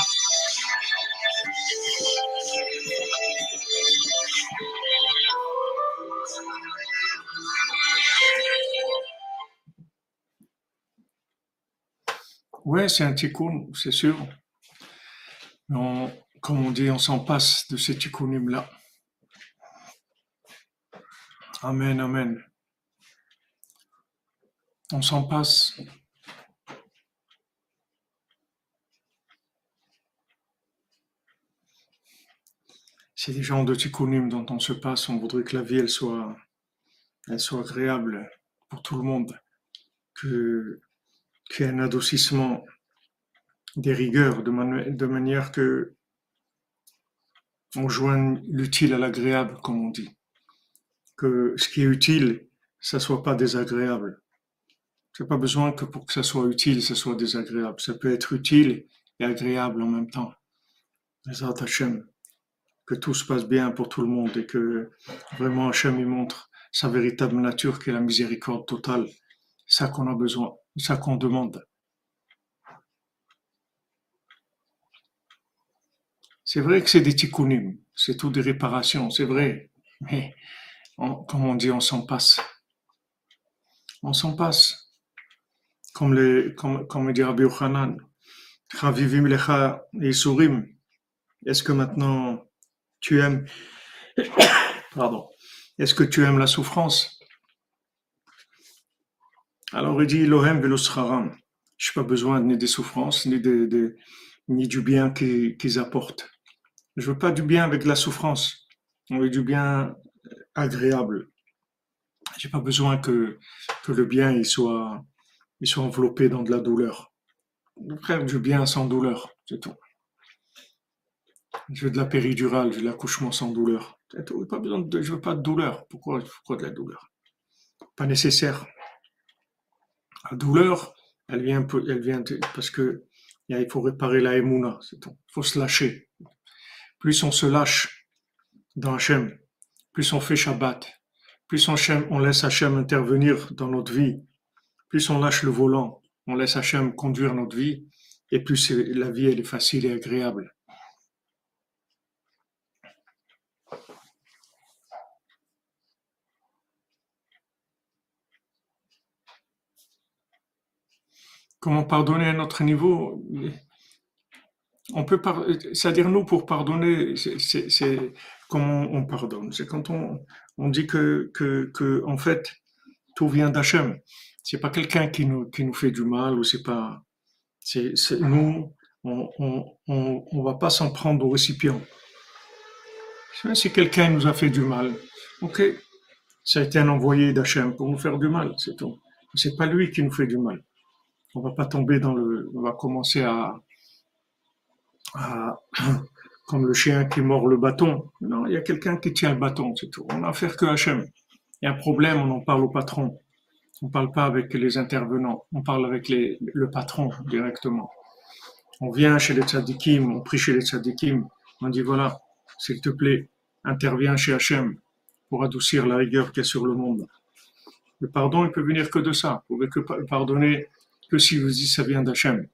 [SPEAKER 1] Ouais, c'est un tikkun, c'est sûr. Comme on dit, on s'en passe de ces tikkunim-là. Amen, amen. On s'en passe. C'est des genres de tikkunim dont on se passe. On voudrait que la vie, elle soit agréable pour tout le monde. Que, qu'il y ait un adoucissement des rigueurs de manière que on joigne l'utile à l'agréable, comme on dit. Que ce qui est utile, ça soit pas désagréable. C'est pas besoin que pour que ça soit utile, ça soit désagréable. Ça peut être utile et agréable en même temps. Bezrat Hashem, que tout se passe bien pour tout le monde et que vraiment Hachem il montre sa véritable nature qui est la miséricorde totale. C'est ça qu'on a besoin, c'est ça qu'on demande. C'est vrai que c'est des tikkunim, c'est tout des réparations, c'est vrai. Mais comme on dit, on s'en passe. On s'en passe. Comme dit Rabbi Yochanan, Chavivim lecha yisurim. Est-ce que maintenant tu aimes, pardon, est-ce que tu aimes la souffrance? Alors il dit Lohem velo scharam. Je n'ai pas besoin ni des souffrances, ni du bien qu'ils apportent. Je veux pas du bien avec la souffrance. On veut du bien agréable. J'ai pas besoin que le bien il soit enveloppé dans de la douleur. Frère, du bien sans douleur, c'est tout. Je veux de la péridurale, je veux de l'accouchement sans douleur. C'est tout. Je veux pas de douleur. Pourquoi de la douleur? Pas nécessaire. La douleur, elle vient parce que il faut réparer la émouna, c'est tout. Il faut se lâcher. Plus on se lâche dans Hachem, plus on fait Shabbat, plus on laisse Hachem intervenir dans notre vie, plus on lâche le volant, on laisse Hachem conduire notre vie, et plus la vie elle est facile et agréable. Comment pardonner à notre niveau? On peut c'est-à-dire nous pour pardonner, c'est comment on pardonne. C'est quand on dit que en fait tout vient d'Hachem. C'est pas quelqu'un qui nous fait du mal ou c'est pas nous on va pas s'en prendre au récipient. Si quelqu'un nous a fait du mal, ok, ça a été un envoyé d'Hachem pour nous faire du mal, c'est tout. C'est pas lui qui nous fait du mal. On va pas tomber on va commencer à comme le chien qui mord le bâton. Non, il y a quelqu'un qui tient le bâton, c'est tout. On n'a affaire que Hachem. Il y a un problème, on en parle au patron. On ne parle pas avec les intervenants, on parle avec le patron directement. On vient chez les tzadikim, on prie chez les tzadikim, on dit voilà, s'il te plaît, interviens chez Hachem pour adoucir la rigueur qu'il y a sur le monde. Le pardon, il peut venir que de ça. Vous pouvez que pardonner que si vous dites ça vient d'Hachem.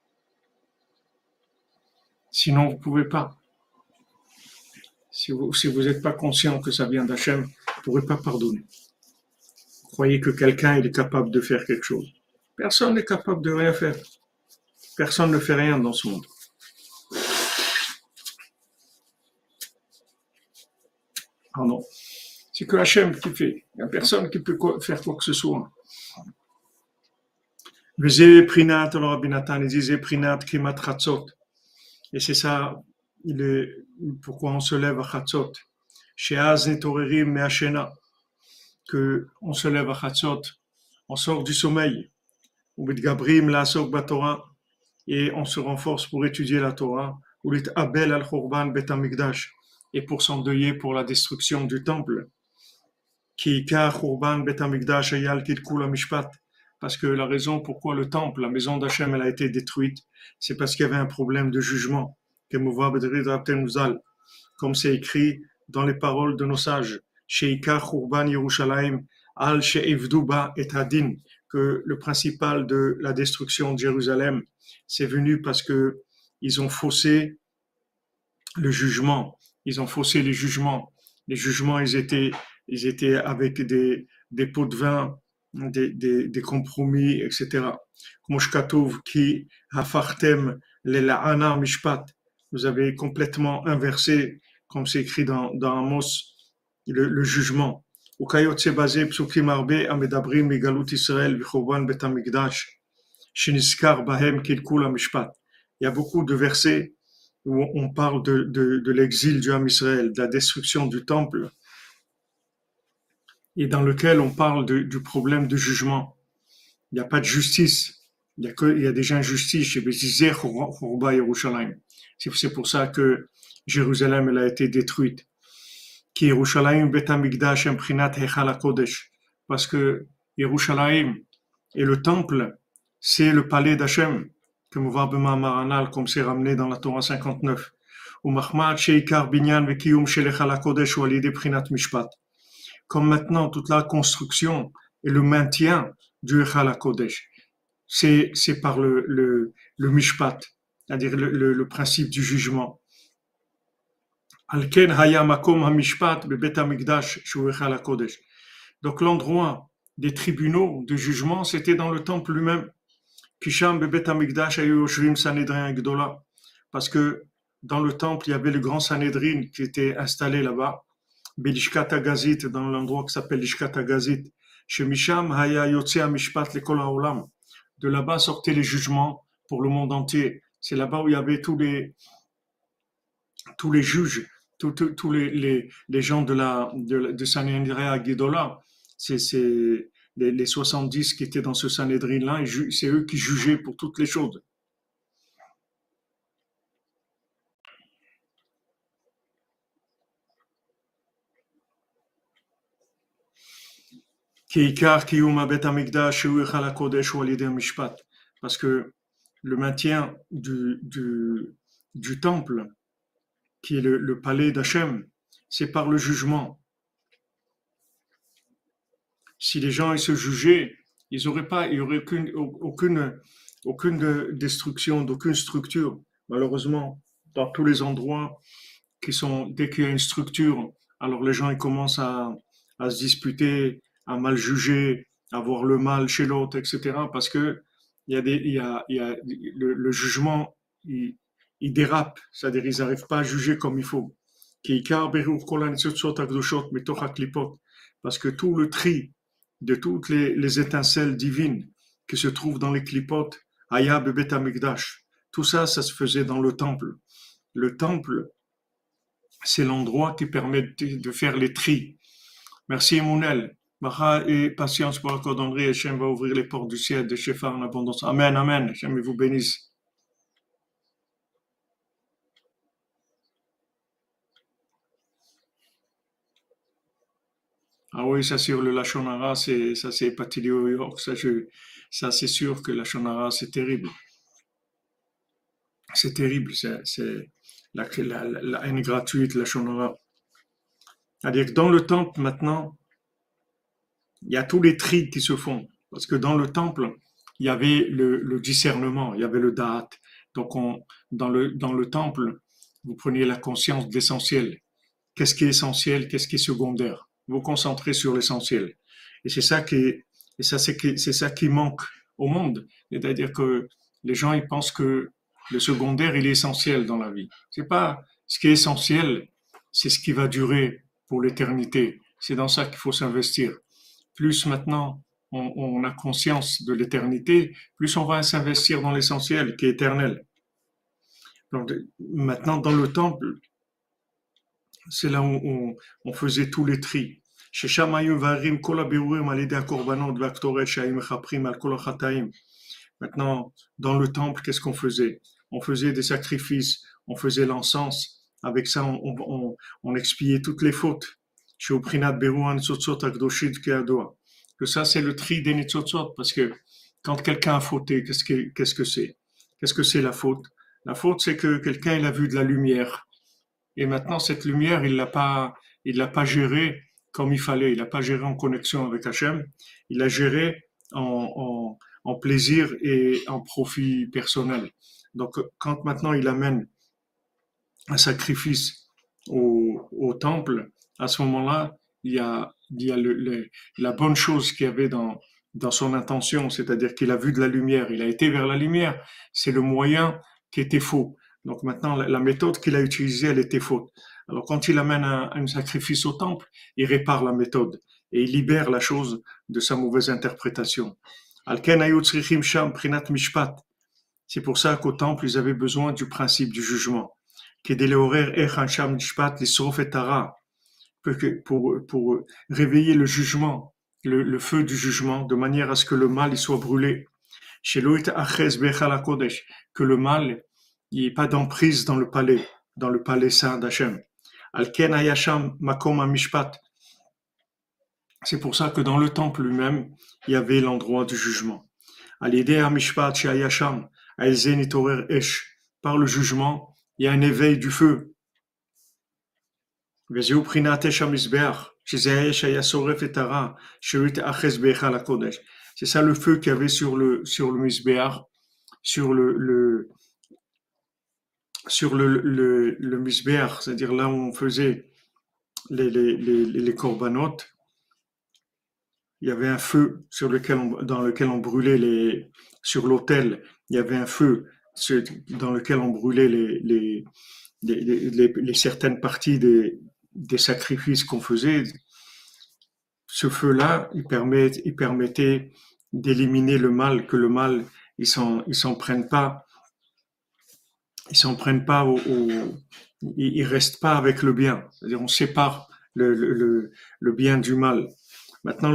[SPEAKER 1] Sinon, vous ne pouvez pas. Si vous n'êtes pas conscient que ça vient d'Hachem, vous ne pourrez pas pardonner. Vous croyez que quelqu'un est capable de faire quelque chose. Personne n'est capable de rien faire. Personne ne fait rien dans ce monde. Pardon. C'est que Hachem qui fait. Il n'y a personne qui peut faire quoi que ce soit. Vezé prinat, alors Rabbi Nathan, il disait prinat krimat chatzot. Et c'est ça, pourquoi on se lève à chatzot. Chez Az netorerim me'ashena. Que on se lève à chatzot, on sort du sommeil. Ou mitgabrim la'asok baTorah. Et on se renforce pour étudier la Torah. Ou lit abel al churban bet hamikdash. Et pour s'endeuiller pour la destruction du temple. Ki ka churban bet hamikdash ayal kitku la mishpat. Parce que la raison pourquoi le temple, la maison d'Hachem, elle a été détruite, c'est parce qu'il y avait un problème de jugement. Comme c'est écrit dans les paroles de nos sages, Sheikar Churban Yerushalayim al she'ivduba et hadin, que le principal de la destruction de Jérusalem, c'est venu parce que ils ont faussé le jugement. Ils ont faussé les jugements. Les jugements, ils étaient avec des pots de vin, des compromis, etc. Comme Shkatouv qui hafartem le la'ana mishpat. Vous avez complètement inversé, comme c'est écrit dans Amos, le jugement. Ukayotse basé psukim arbe amedabrim migalut Israël v'churban bet hamikdash sheniskar bahem kilkul mishpat. Il y a beaucoup de versets où on parle de l'exil du Ham Israël, de la destruction du temple, et dans lequel on parle du problème de jugement. Il n'y a pas de justice. Il y a déjà injustice. C'est pour ça que Jérusalem elle a été détruite. Parce que Yerushalayim et le temple, c'est le palais d'Hachem, comme c'est ramené dans la Torah 59. Comme maintenant, toute la construction et le maintien du Echal HaKodesh, c'est par le mishpat, c'est-à-dire le principe du jugement. Alken haya makom hamishpat bebet hamikdash shu Echal HaKodesh. Donc l'endroit des tribunaux de jugement, c'était dans le temple lui-même. Kisham bebet hamikdash ayu yoshvim sanedrin gdola. Parce que dans le temple, il y avait le grand Sanhedrin qui était installé là-bas. Belishkat Agazit, dans l'endroit qui s'appelle Lishkat Agazit. Chez Misham haya yotze hamishpat lekol haolam. De là-bas sortaient les jugements pour le monde entier. C'est là-bas où il y avait tous les juges, tous les gens de Sanhedrin à Guédola. C'est les 70 qui étaient dans ce Sanhedrin-là, c'est eux qui jugeaient pour toutes les choses. Parce que le maintien du temple, qui est le palais d'Hachem, c'est par le jugement. Si les gens ils se jugeaient, il y aurait aucune destruction d'aucune structure. Malheureusement, dans tous les endroits dès qu'il y a une structure, alors les gens ils commencent à se disputer, à mal juger, à voir le mal chez l'autre, etc. Parce que il y a le jugement, il dérape, c'est-à-dire ils n'arrivent pas à juger comme il faut. Parce que tout le tri de toutes les étincelles divines qui se trouvent dans les clipotes, Aya Bebet Amikdash, tout ça, ça se faisait dans le temple. Le temple, c'est l'endroit qui permet de faire les tris. Merci Emounel. Bacha et patience pour la cordonnerie. Hachem va ouvrir les portes du ciel de Shefar en abondance. Amen, amen. Hachem vous bénisse. Ah oui, ça sur le Lachon Hara, ça c'est Patili au York. Ça c'est sûr que Lachon Hara, c'est terrible. C'est terrible. C'est la haine gratuite, Lachon Hara. C'est-à-dire que dans le temple, maintenant, il y a tous les tris qui se font. Parce que dans le temple, il y avait le discernement, il y avait le da'at. Donc, dans le temple, vous preniez la conscience de l'essentiel. Qu'est-ce qui est essentiel, qu'est-ce qui est secondaire? Vous concentrez sur l'essentiel. Et c'est ça qui manque au monde. C'est-à-dire que les gens, ils pensent que le secondaire, il est essentiel dans la vie. C'est pas ce qui est essentiel, c'est ce qui va durer pour l'éternité. C'est dans ça qu'il faut s'investir. Plus maintenant on a conscience de l'éternité, plus on va s'investir dans l'essentiel qui est éternel. Donc maintenant dans le temple, c'est là où on faisait tous les tris. Maintenant, dans le temple, qu'est-ce qu'on faisait? On faisait des sacrifices, on faisait l'encens. Avec ça, on expiait toutes les fautes. Que ça, c'est le tri des nitzotzot, parce que quand quelqu'un a fauté, qu'est-ce que c'est? Qu'est-ce que c'est la faute? La faute, c'est que quelqu'un, il a vu de la lumière. Et maintenant, cette lumière, il l'a pas gérée comme il fallait. Il l'a pas gérée en connexion avec Hachem. Il l'a gérée en plaisir et en profit personnel. Donc, quand maintenant il amène un sacrifice au temple, à ce moment-là, il y a la bonne chose qu'il y avait dans son intention, c'est-à-dire qu'il a vu de la lumière, il a été vers la lumière. C'est le moyen qui était faux. Donc maintenant, la méthode qu'il a utilisée, elle était faute. Alors quand il amène un sacrifice au temple, il répare la méthode et il libère la chose de sa mauvaise interprétation. C'est pour ça qu'au temple, ils avaient besoin du principe du jugement. Pour réveiller le jugement, le feu du jugement, de manière à ce que le mal il soit brûlé. Que le mal il n'y ait pas d'emprise dans le palais saint d'Hachem. C'est pour ça que dans le temple lui-même, il y avait l'endroit du jugement. Par le jugement, il y a un éveil du feu. C'est ça le feu qu'il y avait sur le misbéach, sur le misbéach, c'est-à-dire là où on faisait les corbanotes. Il y avait un feu dans lequel on brûlait sur l'autel. Il y avait un feu dans lequel on brûlait les certaines parties des sacrifices qu'on faisait. Ce feu-là, il permettait d'éliminer le mal, que le mal, ils s'en prennent pas, ils restent pas avec le bien. C'est-à-dire, on sépare le bien du mal. Maintenant,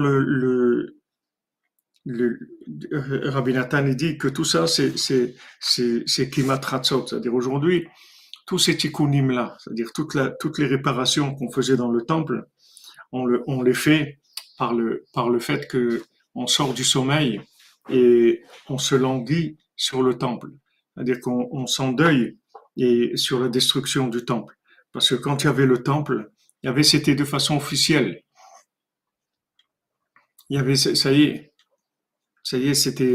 [SPEAKER 1] Rabbi Nathan il dit que tout ça, c'est kimatratzot. C'est-à-dire, aujourd'hui, tous ces tikkunim-là, c'est-à-dire toutes les réparations qu'on faisait dans le temple, on les fait par le fait que on sort du sommeil et on se languit sur le temple. C'est-à-dire qu'on s'endeuille et sur la destruction du temple. Parce que quand il y avait le temple, c'était de façon officielle. Il y avait, ça y est, Ça y est,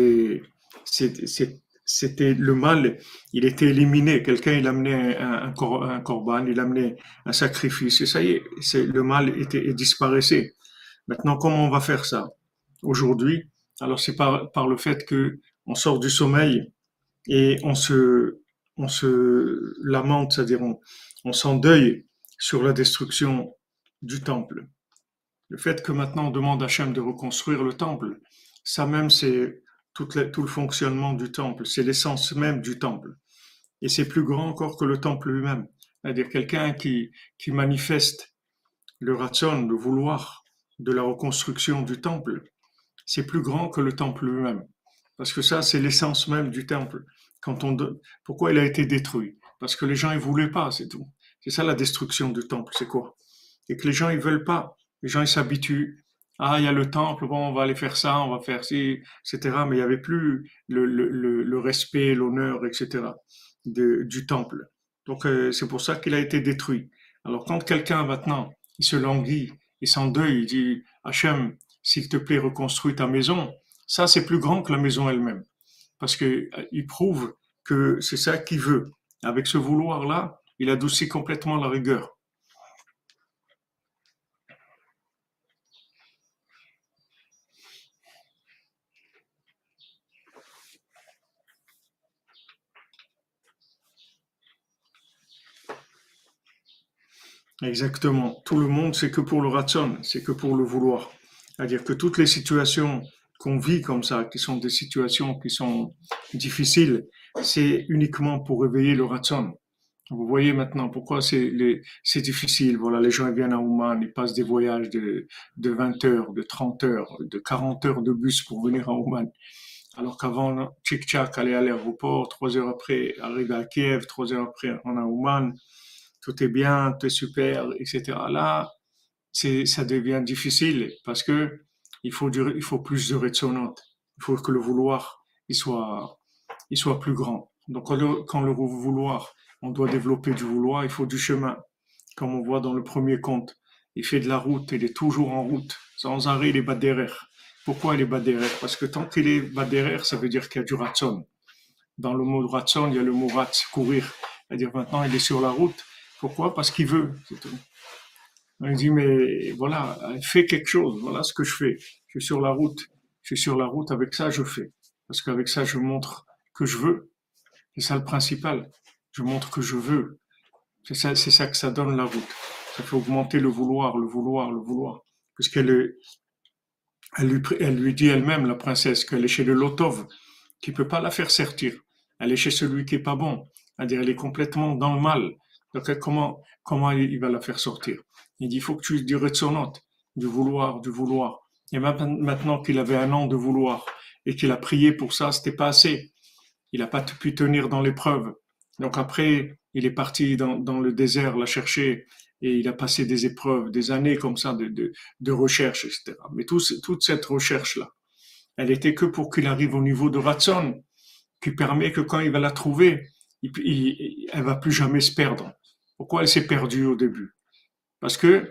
[SPEAKER 1] c'était le mal, il était éliminé. Quelqu'un, il amenait un corban, il amenait un sacrifice, et ça y est, le mal il disparaissait. Maintenant, comment on va faire ça aujourd'hui? Alors, c'est par le fait que on sort du sommeil et on se lamente, c'est-à-dire on s'endeuille sur la destruction du temple. Le fait que maintenant on demande à Hachem de reconstruire le temple, ça même c'est tout le fonctionnement du temple, c'est l'essence même du temple. Et c'est plus grand encore que le temple lui-même. C'est-à-dire quelqu'un qui manifeste le ratson, le vouloir de la reconstruction du temple, c'est plus grand que le temple lui-même. Parce que ça, c'est l'essence même du temple. Pourquoi il a été détruit? Parce que les gens, ils voulaient pas, c'est tout. C'est ça la destruction du temple, c'est quoi? Et que les gens, ils veulent pas. Les gens, ils s'habituent. Ah, il y a le temple, bon, on va aller faire ça, on va faire ci, etc. Mais il n'y avait plus le respect, l'honneur, etc. Du temple. Donc, c'est pour ça qu'il a été détruit. Alors, quand quelqu'un, maintenant, il se languit, il s'endeuille, il dit, Hachem, s'il te plaît, reconstruis ta maison, ça, c'est plus grand que la maison elle-même. Parce que il prouve que c'est ça qu'il veut. Avec ce vouloir-là, il adoucit complètement la rigueur. Exactement. Tout le monde, c'est que pour le ratson, c'est que pour le vouloir. C'est-à-dire que toutes les situations qu'on vit comme ça, qui sont des situations qui sont difficiles, c'est uniquement pour réveiller le ratson. Vous voyez maintenant pourquoi c'est difficile. Voilà, les gens ils viennent à Ouman, ils passent des voyages de 20 heures, de 30 heures, de 40 heures de bus pour venir à Ouman. Alors qu'avant, tchic-tchac, aller à l'aéroport, 3 heures après, arriver à Kiev, 3 heures après, on est à Ouman, tout est bien, tout est super, etc. Là, ça devient difficile parce que il faut plus de retsonot. Il faut que le vouloir, il soit plus grand. Donc, quand le vouloir, on doit développer du vouloir, il faut du chemin. Comme on voit dans le premier conte, il fait de la route, il est toujours en route. Sans arrêt, il est bas derrière. Pourquoi il est bas derrière? Parce que tant qu'il est bas derrière, ça veut dire qu'il y a du ratson. Dans le mot ratson, il y a le mot rat, courir. C'est-à-dire maintenant, il est sur la route. Pourquoi? Parce qu'il veut. C'est tout. Il dit, mais voilà, fais quelque chose. Voilà ce que je fais. Je suis sur la route. Je suis sur la route. Avec ça, je fais. Parce qu'avec ça, je montre que je veux. C'est ça le principal. Je montre que je veux. C'est ça que ça donne la route. Ça fait augmenter le vouloir, le vouloir, le vouloir. Puisqu'elle elle lui dit elle-même, la princesse, qu'elle est chez le Lotov, qui peut pas la faire sortir. Elle est chez celui qui est pas bon. C'est-à-dire, elle est complètement dans le mal. Donc, comment il va la faire sortir? Il dit, il faut que tu dirais de son note, du vouloir, du vouloir. Et maintenant qu'il avait un an de vouloir et qu'il a prié pour ça, c'était pas assez. Il n'a pas pu tenir dans l'épreuve. Donc après, il est parti dans le désert la chercher et il a passé des épreuves, des années comme ça de recherche, etc. Mais toute cette recherche-là, elle était que pour qu'il arrive au niveau de Ratson, qui permet que quand il va la trouver, elle va plus jamais se perdre. Pourquoi elle s'est perdue au début? Parce que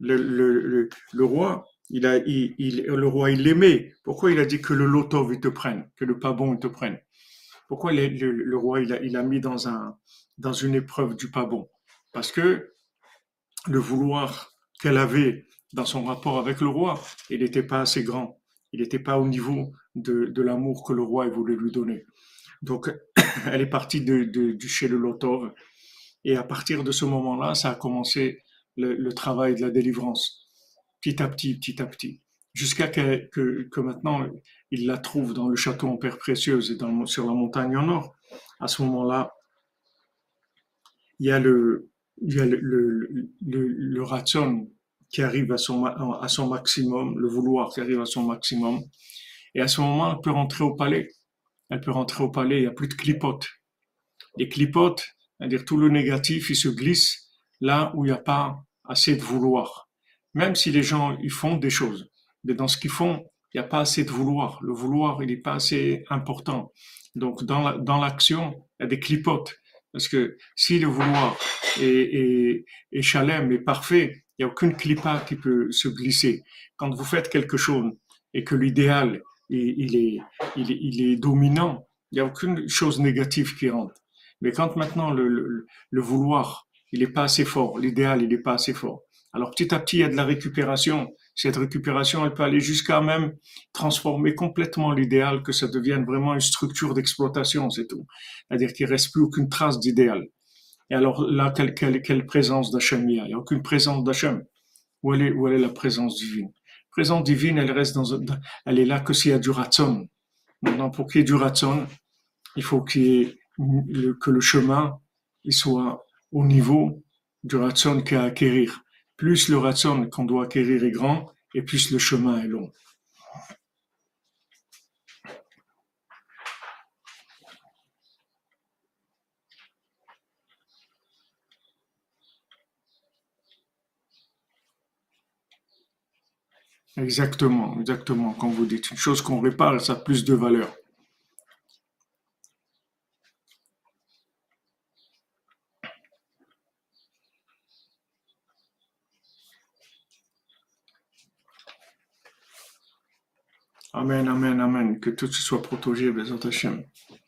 [SPEAKER 1] le roi, le roi, il l'aimait. Pourquoi il a dit que le lotov, il te prenne, que le pas bon, il te prenne? Pourquoi le roi, il a mis dans une épreuve du pas bon? Parce que le vouloir qu'elle avait dans son rapport avec le roi, il n'était pas assez grand. Il n'était pas au niveau de l'amour que le roi voulait lui donner. Donc, elle est partie du chez le Lotov. Et à partir de ce moment-là, ça a commencé le travail de la délivrance, petit à petit, petit à petit, jusqu'à que maintenant, il la trouve dans le château en pierre précieuse et sur la montagne en or. À ce moment-là, il y a le ratson qui arrive à son maximum, le vouloir qui arrive à son maximum. Et à ce moment, elle peut rentrer au palais. Elle peut rentrer au palais, il n'y a plus de clipotes. Les clipotes, c'est-à-dire tout le négatif, il se glisse là où il n'y a pas assez de vouloir. Même si les gens ils font des choses, mais dans ce qu'ils font, il n'y a pas assez de vouloir. Le vouloir, il n'est pas assez important. Donc dans l'action, il y a des clipotes. Parce que si le vouloir est chalem, est parfait, il n'y a aucune clipa qui peut se glisser. Quand vous faites quelque chose et que l'idéal, il est dominant. Il n'y a aucune chose négative qui rentre. Mais quand maintenant le vouloir, il n'est pas assez fort, l'idéal, il n'est pas assez fort. Alors petit à petit, il y a de la récupération. Cette récupération, elle peut aller jusqu'à même transformer complètement l'idéal, que ça devienne vraiment une structure d'exploitation, c'est tout. C'est-à-dire qu'il ne reste plus aucune trace d'idéal. Et alors là, quelle présence d'Hachem il y a? Il n'y a aucune présence d'Hachem. Où elle est la présence divine? La présence divine, elle est là que s'il y a du ratson. Maintenant, pour qu'il y ait du ratson, il faut que le chemin il soit au niveau du ratson qu'il y a à acquérir. Plus le ratson qu'on doit acquérir est grand, et plus le chemin est long. Exactement, exactement, comme vous dites. Une chose qu'on répare, ça a plus de valeur. Amen, amen, amen. Que tout soit protégé, Bezat Hashem.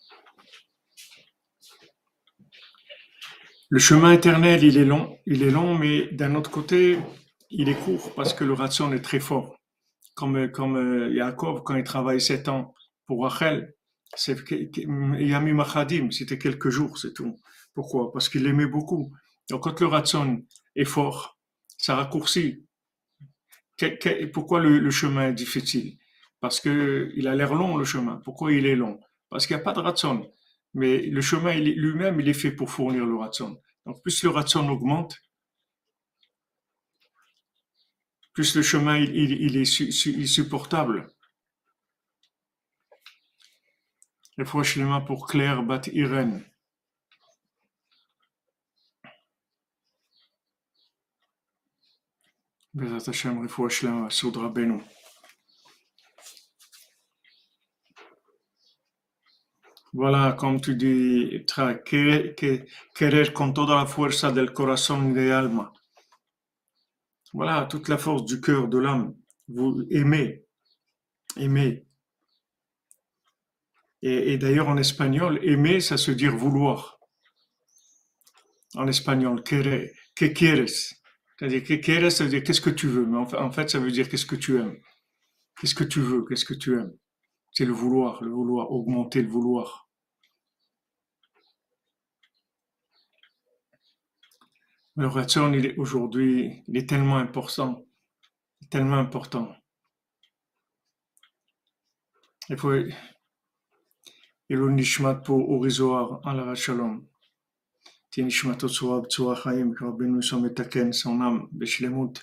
[SPEAKER 1] Le chemin éternel, il est long, mais d'un autre côté, il est court parce que le ratson est très fort. Comme Yaakov, quand il travaille 7 ans pour Rachel, Yamim Achadim, c'était quelques jours, c'est tout. Pourquoi? Parce qu'il l'aimait beaucoup. Donc quand le ratson est fort, ça raccourcit. Pourquoi le chemin est difficile? Parce que il a l'air long, le chemin. Pourquoi il est long? Parce qu'il n'y a pas de ratson. Mais le chemin lui-même, il est fait pour fournir le ratson. Donc plus le ratson augmente, plus le chemin il est supportable. Et franchement pour Claire Bat Irène. Bezat Hashem, refoua shlema, Soud Rabbeinu. Voilà, comme tu dis, querer con toda la fuerza del corazón y de alma. Voilà, toute la force du cœur, de l'âme. Vous aimez, aimez. Et d'ailleurs, en espagnol, aimer, ça se dire vouloir. En espagnol, querer, que quieres. C'est-à-dire que quieres, ça veut dire qu'est-ce que tu veux. Mais en fait, ça veut dire qu'est-ce que tu aimes. Qu'est-ce que tu veux, qu'est-ce que tu aimes. C'est le vouloir, augmenter le vouloir. Le ratson, aujourd'hui, il est tellement important. Tellement important. Il faut, Elul Nishmat pour Orizoar, Alara Shalom. תהיה נשמתו צרורה בצורה חיים, כרבנו ישום מתקן, son âme, בשלמות.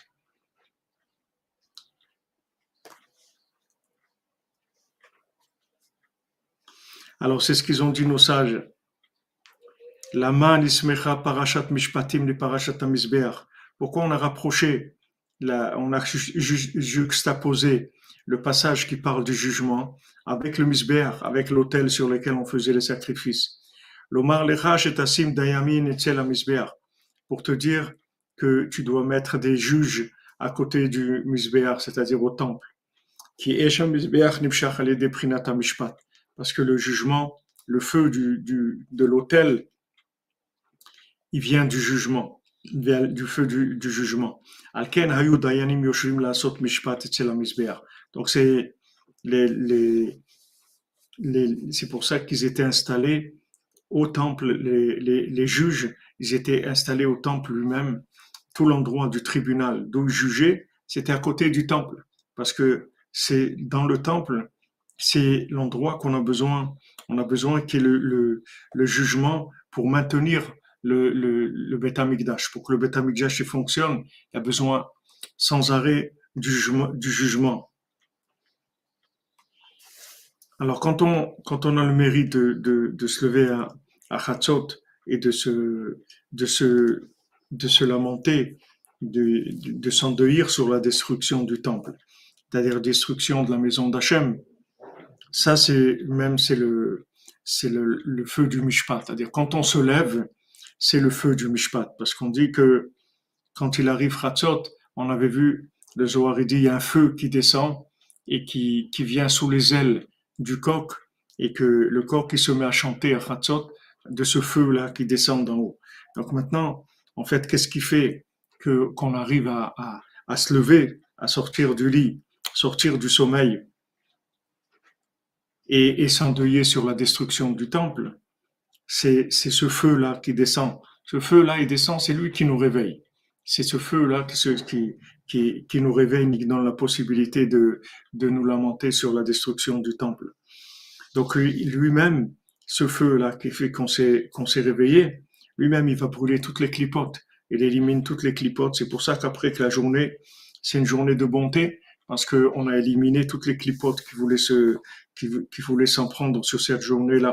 [SPEAKER 1] Alors c'est ce qu'ils ont dit nos sages. Lama nismecha parashat mishpatim li parashat hamizbeach. Pourquoi on a rapproché, on a juxtaposé le passage qui parle du jugement avec le misbeach, avec l'autel sur lequel on faisait les sacrifices. L'omar lecha shetasim dayamin etzel hamizbeach. Pour te dire que tu dois mettre des juges à côté du misbeach, c'est-à-dire au temple. Qui est misbeach nibshach ale deprinat hamishpat. Parce que le jugement, le feu de l'autel, il vient du jugement, il vient du feu du jugement. Alken hayu dayanim yoshrim lasot mishpat etzel hamizbeach. Donc c'est c'est pour ça qu'ils étaient installés au temple, les juges, ils étaient installés au temple lui-même. Tout l'endroit du tribunal d'où ils jugeaient, c'était à côté du temple. Parce que c'est dans le temple, c'est l'endroit qu'on a besoin. On a besoin qu'il y ait le jugement pour maintenir le Beth Amikdash. Pour que le Beth Amikdash fonctionne, il y a besoin sans arrêt du jugement. Alors quand on a le mérite de se lever à Chatzot et de se lamenter, de s'endeuillir sur la destruction du temple, c'est-à-dire la destruction de la maison d'Hachem, ça c'est le feu du Mishpat. C'est-à-dire quand on se lève, c'est le feu du Mishpat, parce qu'on dit que quand il arrive Chatzot, on avait vu le Zohar, il dit il y a un feu qui descend et qui vient sous les ailes du coq et que le coq qui se met à chanter à Chatzot de ce feu-là qui descend d'en haut. Donc maintenant, en fait, qu'est-ce qui fait qu'on arrive à se lever, à sortir du lit, sortir du sommeil et s'endeuiller sur la destruction du temple? C'est ce feu-là qui descend. Ce feu-là, il descend, c'est lui qui nous réveille. C'est ce feu-là qui nous réveille, qui donne la possibilité de nous lamenter sur la destruction du temple. Donc lui-même, ce feu-là qui fait qu'on s'est réveillé, lui-même, il va brûler toutes les clipotes. Il élimine toutes les clipotes. C'est pour ça qu'après que la journée, c'est une journée de bonté, parce qu'on a éliminé toutes les clipotes qui voulaient s'en prendre sur cette journée-là.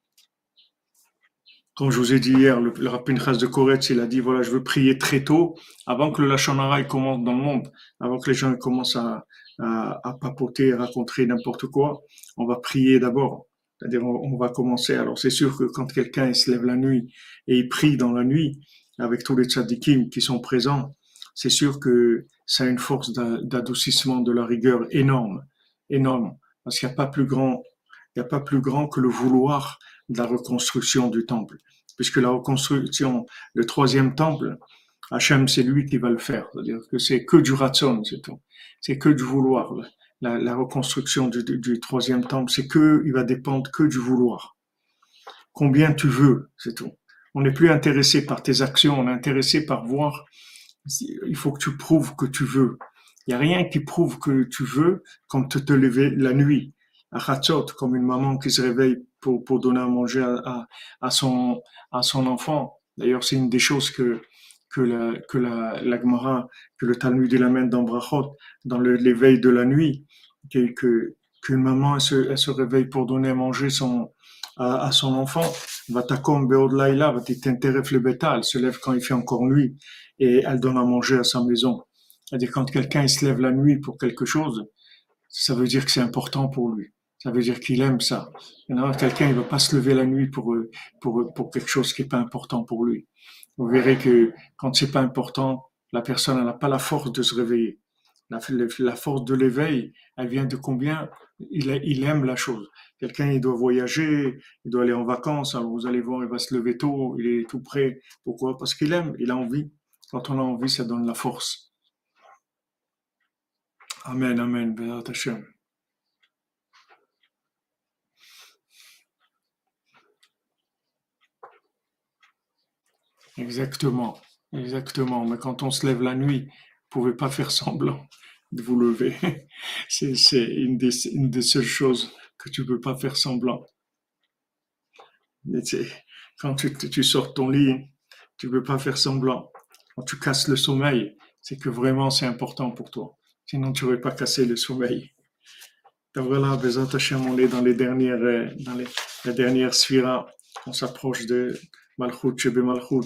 [SPEAKER 1] Comme je vous ai dit hier, le Rabbin Pinchas de Koretz, il a dit, voilà, je veux prier très tôt, avant que le Lachon Hara commence dans le monde, avant que les gens commencent à papoter, à raconter n'importe quoi, on va prier d'abord. C'est-à-dire, on va commencer. Alors, c'est sûr que quand quelqu'un il se lève la nuit et il prie dans la nuit, avec tous les tzadikim qui sont présents, c'est sûr que ça a une force d'adoucissement de la rigueur énorme, énorme. Parce qu'il n'y a pas plus grand, il n'y a pas plus grand que le vouloir de la reconstruction du temple. Puisque la reconstruction, le troisième temple, Hachem, c'est lui qui va le faire. C'est-à-dire que c'est que du ratson, c'est tout. C'est que du vouloir. La reconstruction du troisième temple, c'est que, il va dépendre que du vouloir. Combien tu veux, c'est tout. On n'est plus intéressé par tes actions, on est intéressé par voir. Il faut que tu prouves que tu veux. Il n'y a rien qui prouve que tu veux comme te lever la nuit. À Chatzot, comme une maman qui se réveille pour donner à manger à son enfant. D'ailleurs, c'est une des choses que la Gemara, que le Talmud il amène dans Brachot, dans l'éveil de la nuit, qu'une maman elle se réveille pour donner à manger à son enfant. Vatakom beod laila, vatitenteref le beta, elle se lève quand il fait encore nuit et elle donne à manger à sa maison. C'est-à-dire quand quelqu'un il se lève la nuit pour quelque chose, ça veut dire que c'est important pour lui. Ça veut dire qu'il aime ça. Quelqu'un il va pas se lever la nuit pour quelque chose qui est pas important pour lui. Vous verrez que quand c'est pas important, la personne n'a pas la force de se réveiller. La force de l'éveil, elle vient de combien il aime la chose. Quelqu'un, il doit voyager, il doit aller en vacances, alors vous allez voir, il va se lever tôt, il est tout prêt. Pourquoi? Parce qu'il aime, il a envie. Quand on a envie, ça donne la force. Amen, amen, Bézat Hashem. Exactement, exactement. Mais quand on se lève la nuit, vous pouvez pas faire semblant de vous lever. C'est une des seules choses que tu peux pas faire semblant. Mais quand tu sors de ton lit, tu peux pas faire semblant. Quand tu casses le sommeil, c'est que vraiment c'est important pour toi. Sinon, tu n'aurais pas cassé le sommeil. Donc voilà, Bézat Hashem, on est dans la dernière sphira. On s'approche de Malchut, Shebe Malchut,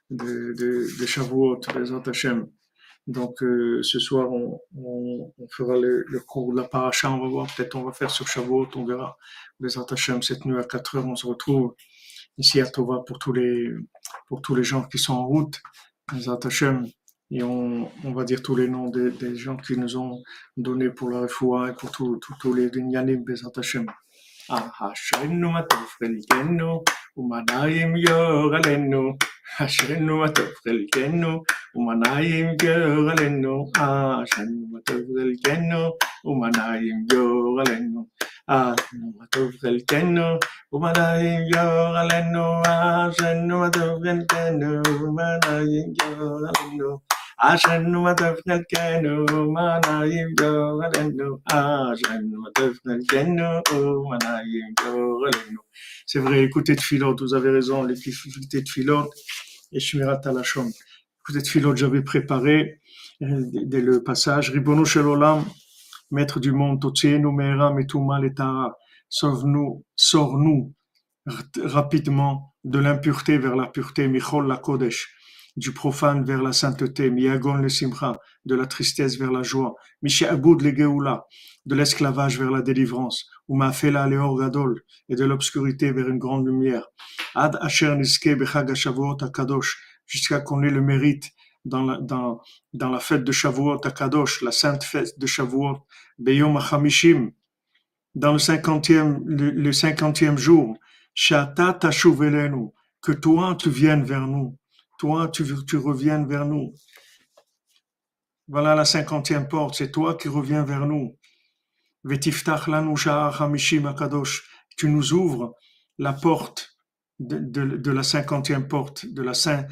[SPEAKER 1] de Shavuot, Bézat Hashem. Donc ce soir, on fera le cours de la paracha, on va voir, peut-être on va faire sur Shavuot, on verra. Bézat Hashem, cette nuit à 4 heures, on se retrouve ici à Tova pour tous les gens qui sont en route. Bézat Hashem. Et on va dire tous les noms des gens qui nous ont donné pour la refoua et pour tous les Dinyanim Bezat Hashem. Ashrenu ma tov chelkenu umanayim yor alenu. Ashrenu ma tov chelkenu umanayim yor alenu. Ashrenu ma tov chelkenu umanayim yor alenu. Ashrenu ma tov chelkenu umanayim yor alenu. Ashrenu ma tov chelkenu umanayim yor alenu. Ashrenu ma tov chelkenu umanayim yor alenu. Ashrenu ma tov chelkenu umanayim yor alenu. C'est vrai, écoutez Tfilot, vous avez raison, écoutez Tfilot et Shmirat Halashon. Écoutez Tfilot, j'avais préparé dès le passage Ribono Shel Olam, maître du monde, Totseenu Meera Metuma Letara, sauve-nous, sors-nous rapidement de l'impureté vers la pureté, Michol la Kodesh, du profane vers la sainteté, Miyagon le Simcha, de la tristesse vers la joie, Mishaboud le Geoula, de l'esclavage vers la délivrance, Umafela le Or Gadol, et de l'obscurité vers une grande lumière, Ad Asher Niske Bechag HaShavuot HaKadosh, jusqu'à qu'on ait le mérite dans la fête de Shavuot à Kadosh, la sainte fête de Shavuot, Beyom HaChamishim, dans le 50e jour, Shata tashuv elenu, que toi tu viennes vers nous, toi tu reviennes vers nous. Voilà la 50e porte, c'est toi qui reviens vers nous. Vetiftach lanu sha'ar hamishim akadosh, tu nous ouvres la porte de la 50e porte, de la sainte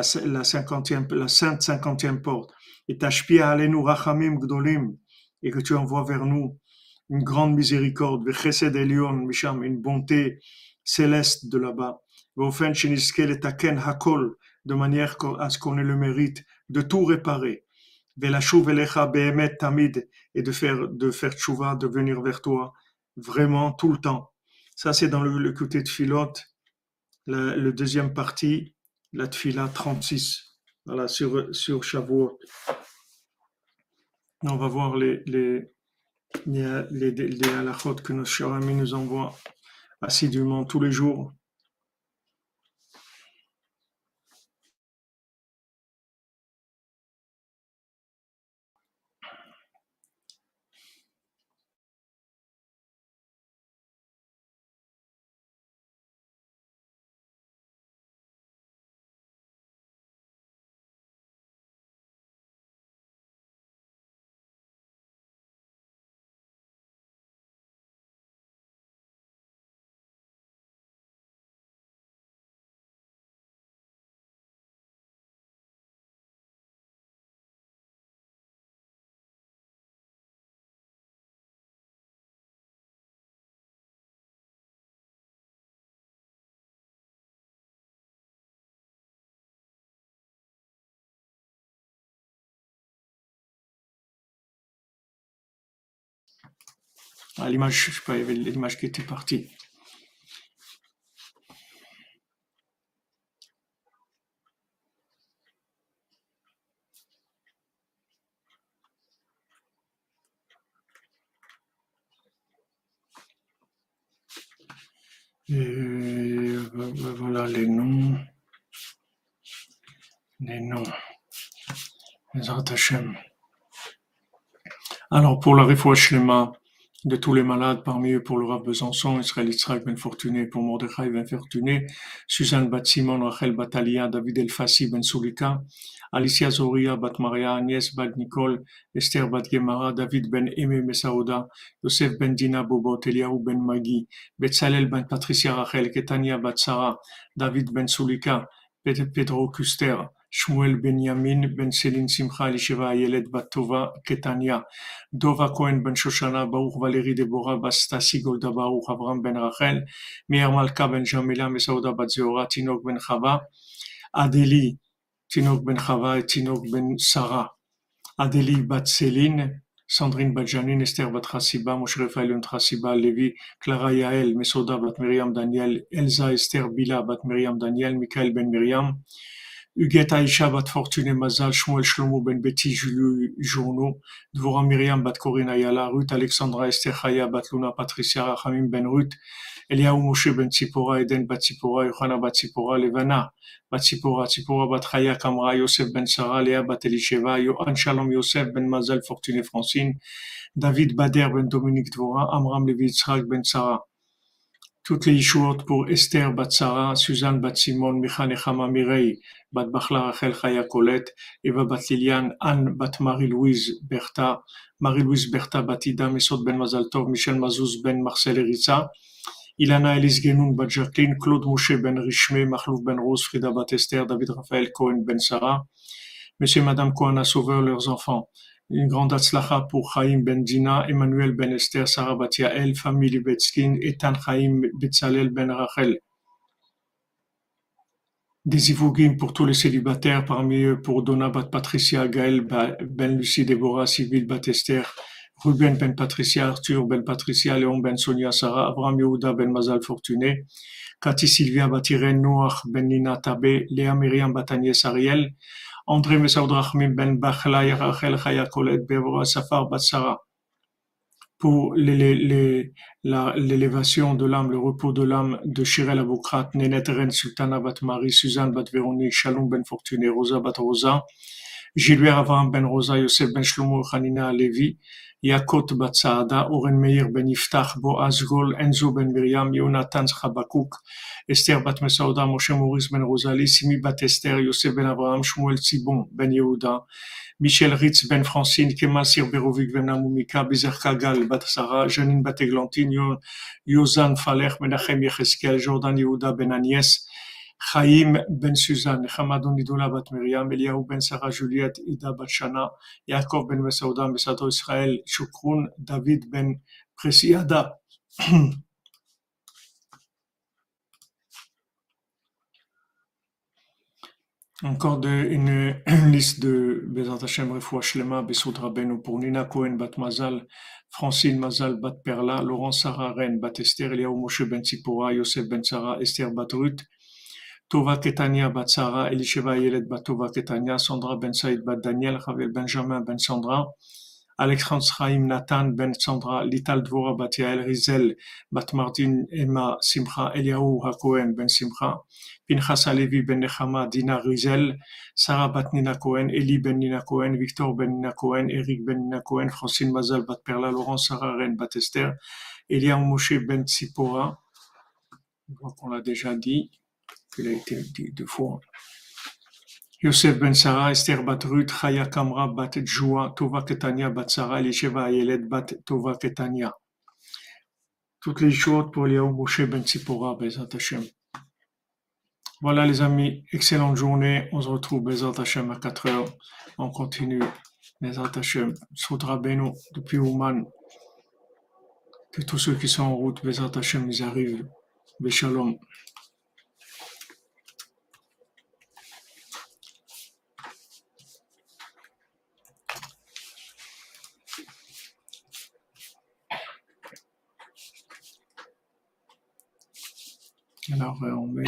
[SPEAKER 1] 50e porte. Et tashpia alenu rachamim gdolim, et que tu envoies vers nous une grande miséricorde, vechesed elyon misham, une bonté céleste de là-bas. Veofen sheniskel etaken hakol, de manière à ce qu'on ait le mérite de tout réparer. Velashuv elecha behemet tamid, et de faire tchouva, de venir vers toi, vraiment tout le temps. Ça, c'est dans le côté de Tfilot, le deuxième partie, la Tfila 36. Voilà, sur Shavuot. On va voir les halachot que nos chers amis nous envoient assidûment tous les jours. À l'image, je sais pas, il y avait l'image qui était partie. Et voilà les noms. Bezrat Hashem. Alors, pour la Refoua Shlema de tous les malades, parmi eux pour le Rav Besançon, Israël Yitzhak Ben Fortuné, pour Mordechai Ben Fortuné, Suzanne Bat Simon, Rachel Batalia, David El Fassi Ben Soulika, Alicia Zoria Bat Maria, Agnès Bat Nicole, Esther Bat Gemara, David Ben Eme Mesaouda, Yosef Ben Dina Bobot, Eliaou Ben Magi, Betzalel Ben Patricia Rachel, Ketania Bat Sarah, David Ben Soulika, Pedro Custer, Shmuel Ben Yamin, Ben Céline Simcha, Elisheva Ayelet Bat Tova, Ketania, Dova Cohen Ben Shoshana, Baruch Valérie Deborah, Bastasi Golda Baruch, Avram Ben Rachel, Meir Malka Ben Jamila, Mesauda Bat Zeora, Tinok Ben Chava, Adeli, Tinok Ben Chava et Tinok Ben Sarah, Adeli Bat Céline, Sandrine Bat Janine, Esther Bat Chassiba, Moshe Raphaël Trassiba, Lévi, Clara Yael, Mesoda Bat Miriam Daniel, Elsa Esther Bila Bat Miriam Daniel, Michael Ben Miriam, Huguette Aïcha Bat Fortuné Mazal, Shmuel Shlomo Ben Betty Julie Journo, Dvorah Myriam Bat Corinne Ayala, Ruth Alexandra Esther Chaya Bat Luna Patricia Rachamim Ben Ruth, Eliaou Moshe Ben Tzipora, Eden Bat Tzipora, Yohana Bat Tzipora, Levana Bat Tzipora, Tzipora Bat Chaya Kamra, Yosef Ben Sarah, Léa Bat Elisheva, Yohan Shalom Yosef Ben Mazal Fortuné Francine, David Bader Ben Dominique Dvorah, Amram Levi Yitzhak Ben Sarah. Toutes les Yishuot pour Esther Bat Sarah, Suzanne Bat Simon, Micha Nechama Mirei, Bat Bachla Rachel Chaya Colette, Eva Bat Liliane, Anne Bat Marie-Louise Bertha, Marie-Louise Bertha Batida, Mesot Ben Mazal Tov, Michel Mazouz Ben Marcel Eritza, Ilana Elis Genoun Bat Jacqueline, Claude Moshe Ben Richmé, Mahlouf Ben Rose, Frida Bat Esther, David Raphaël Cohen Ben Sarah, Monsieur et Madame Cohen a sauveur leurs enfants. Une grande atzlacha pour Chaim Ben Dina, Emmanuel Ben Esther, Sarah Bat Yael, famille Betskin, Etan Chaim Betzalel Ben Rachel. Des ivougim pour tous les célibataires, parmi eux pour Donna Bat Patricia, Gaël Ben Lucie, Déborah, Sylvie Bat Esther, Ruben Ben Patricia, Arthur Ben Patricia, Léon Ben Sonia, Sarah, Abraham Yehuda Ben Mazal Fortuné, Cathy Sylvia Bat Irène, Noach Ben Nina Tabé, Léa Myriam Bat Agnès Ariel, André Mesaoud Rachmim Ben Bachlai, Rachel Chaya Colette, Bévora Safar Bat Sarah. pour l'élévation de l'âme, le repos de l'âme de Shirel Aboukrat, Nénet Ren, Sultana Bat Marie, Suzanne Bat Véronique, Shalom Ben Fortuné, Rosa Bat Rosa, Gilbert Avraham Ben Rosa, Yosef Ben Shlomo, Hanina Levi, Yakot Bat Saada, Oren Meir Ben Yiftach, Boaz Gol, Enzo Ben Miriam, Yonatan Chabakouk, Esther Bat Mesauda, Moshe Maurice Ben Rosalie, Simi Bat Esther, Yosef Ben Avraham, Shmuel Tzibon Ben Yehuda, Michel Ritz Ben Francine, Kemal Sirberovic Ben Amoumika, Bizer Kagal Bat Sarah, Janine Bat Eglantine, Yozan Falech, Menachem Yecheskel, Jordan Yehuda Ben Agnès, Chaim Ben Suzanne, Hamadon Idola Bat Miriam, Eliaou Ben Sarah Juliette, Ida Bat Shana, Yaakov Ben Mesauda, Besato Israël, Shukroun, David Ben Presiada. Encore une liste de Bezat Hashem Refoua Shlema, Bessoud Rabbeinu pour Nina Cohen Bat Mazal, Francine Mazal Bat Perla, Laurent Sarah Ren Bat Esther, Eliaou Moshe Ben Tzipora, Yosef Ben Sarah, Esther Bat Ruth, Tova Ketania Bat Sarah, Elisheva Yelet Bat Tova Ketania, Sandra Ben Saïd Bat Daniel, Ravel Benjamin Ben Sandra, Alexandre Chaim Nathan Ben Sandra, Lital Dvora Bat Yael, Rizel Bat Martin Emma Simcha, Eliaou HaKohen Ben Simcha, Pinchas Alevi Ben Nechama, Dina Rizel, Sarah Bat Nina Cohen, Eli Ben Nina Cohen, Victor Ben Nina Cohen, Eric Ben Nina Cohen, Francine Mazal Bat Perla, Laurent Sarah Ren Bat Esther, Eliaou Moshe Ben Tzipora, je crois qu'on l'a déjà dit, qu'il a été dit deux fois. Yosef Ben Sarah, Esther Bat Ruth, Chaya Kamra Bat Joua, Tova Ketania Bat Sarah, Elisheva Ayelet Bat Tova Ketania. Toutes les choses pour Eliaou Moshe Ben Tzipora, Bezat Hashem. Voilà les amis, excellente journée. On se retrouve Bezat Hashem à 4 heures. On continue Bezat Hashem. Soudra Beno depuis Ouman. Que tous ceux qui sont en route, Bezat Hashem, ils arrivent. Beshalom. Alors on met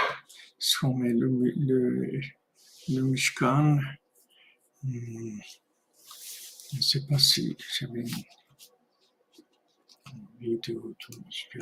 [SPEAKER 1] le Mishkan. Je ne sais pas si j'avais une vidéo du Mishkan.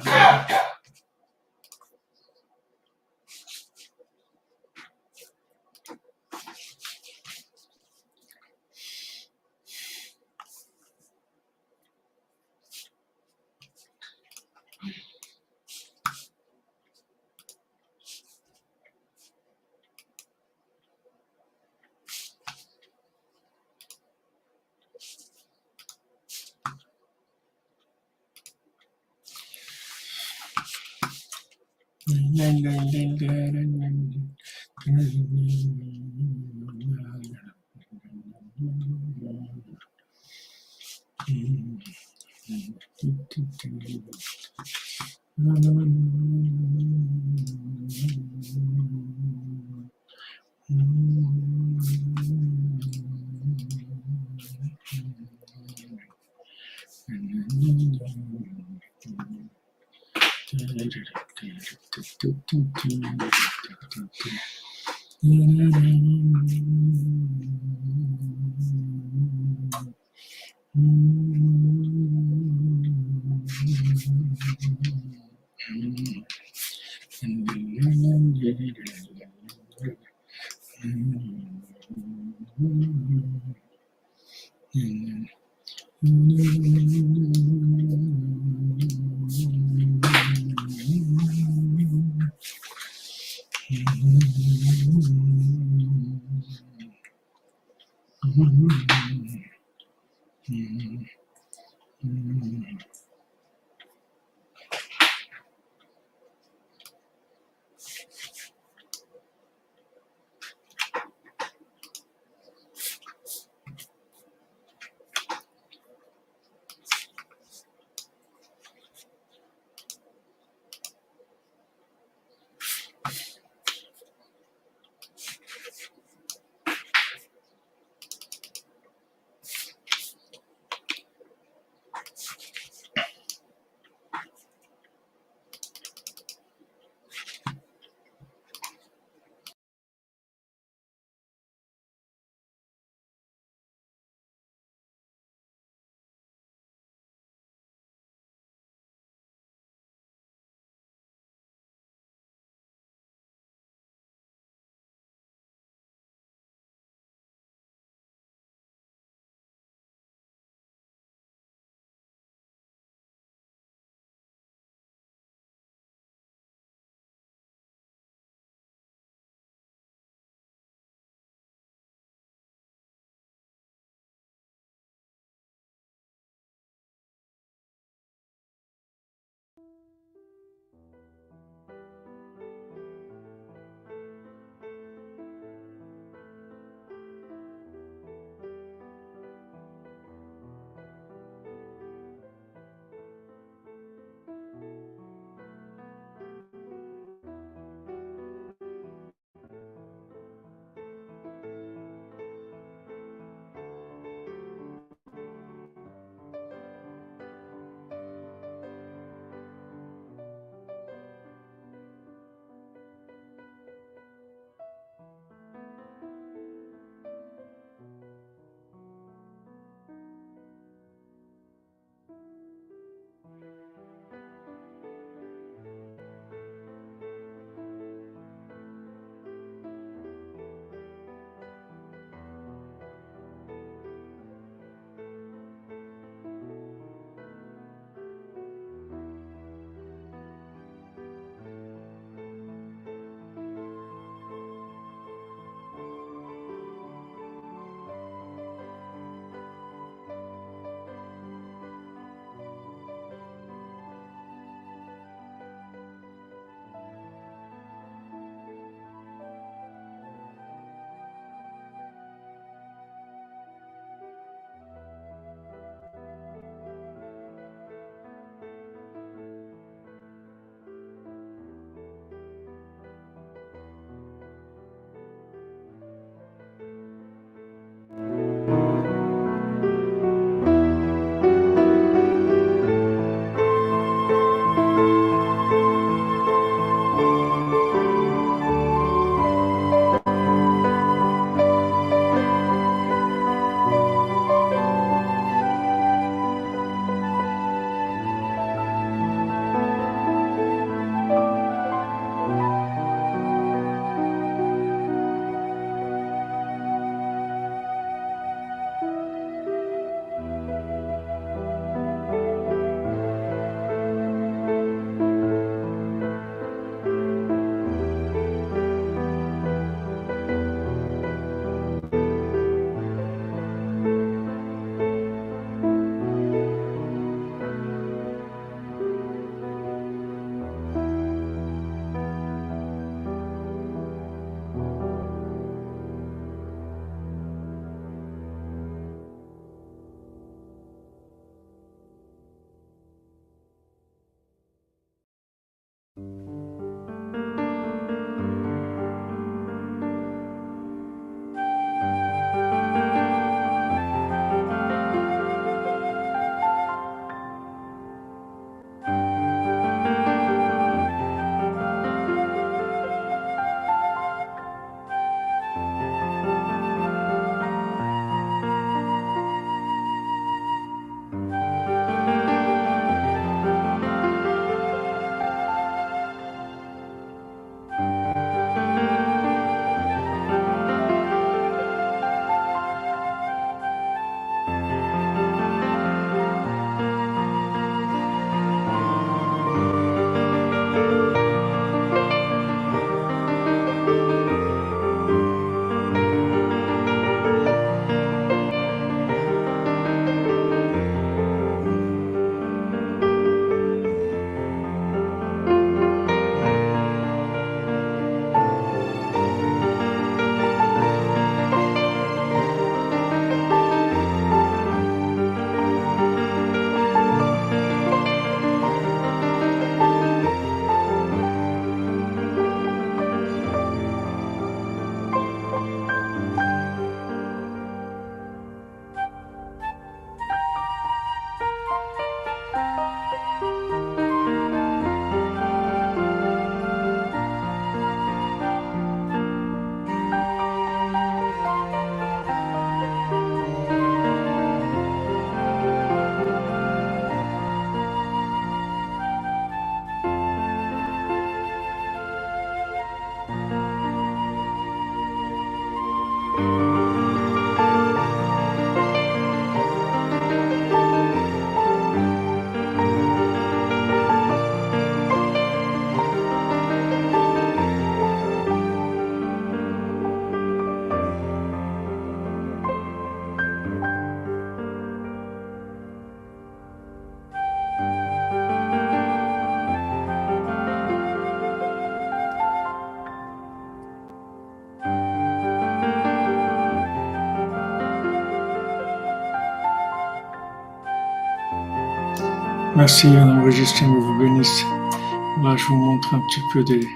[SPEAKER 1] Merci, on enregistre, me vous bénisse. Là, je vous montre un petit peu des.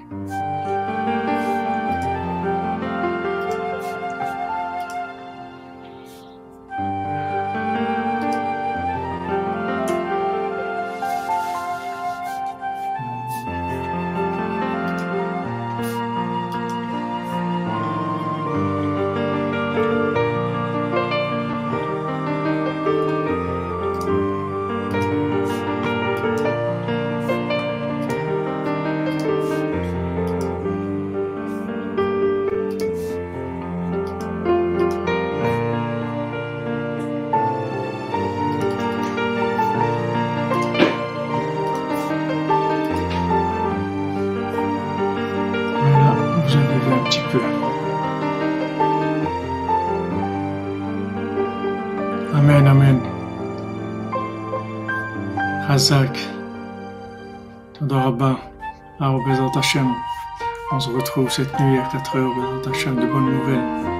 [SPEAKER 1] Voilà, vous avez vu un petit peu. Amen, amen. Hazak. Toda Rabba. Alors, Bezat Hashem. On se retrouve cette nuit à 4 heures, Bezat Hashem, de bonnes nouvelles.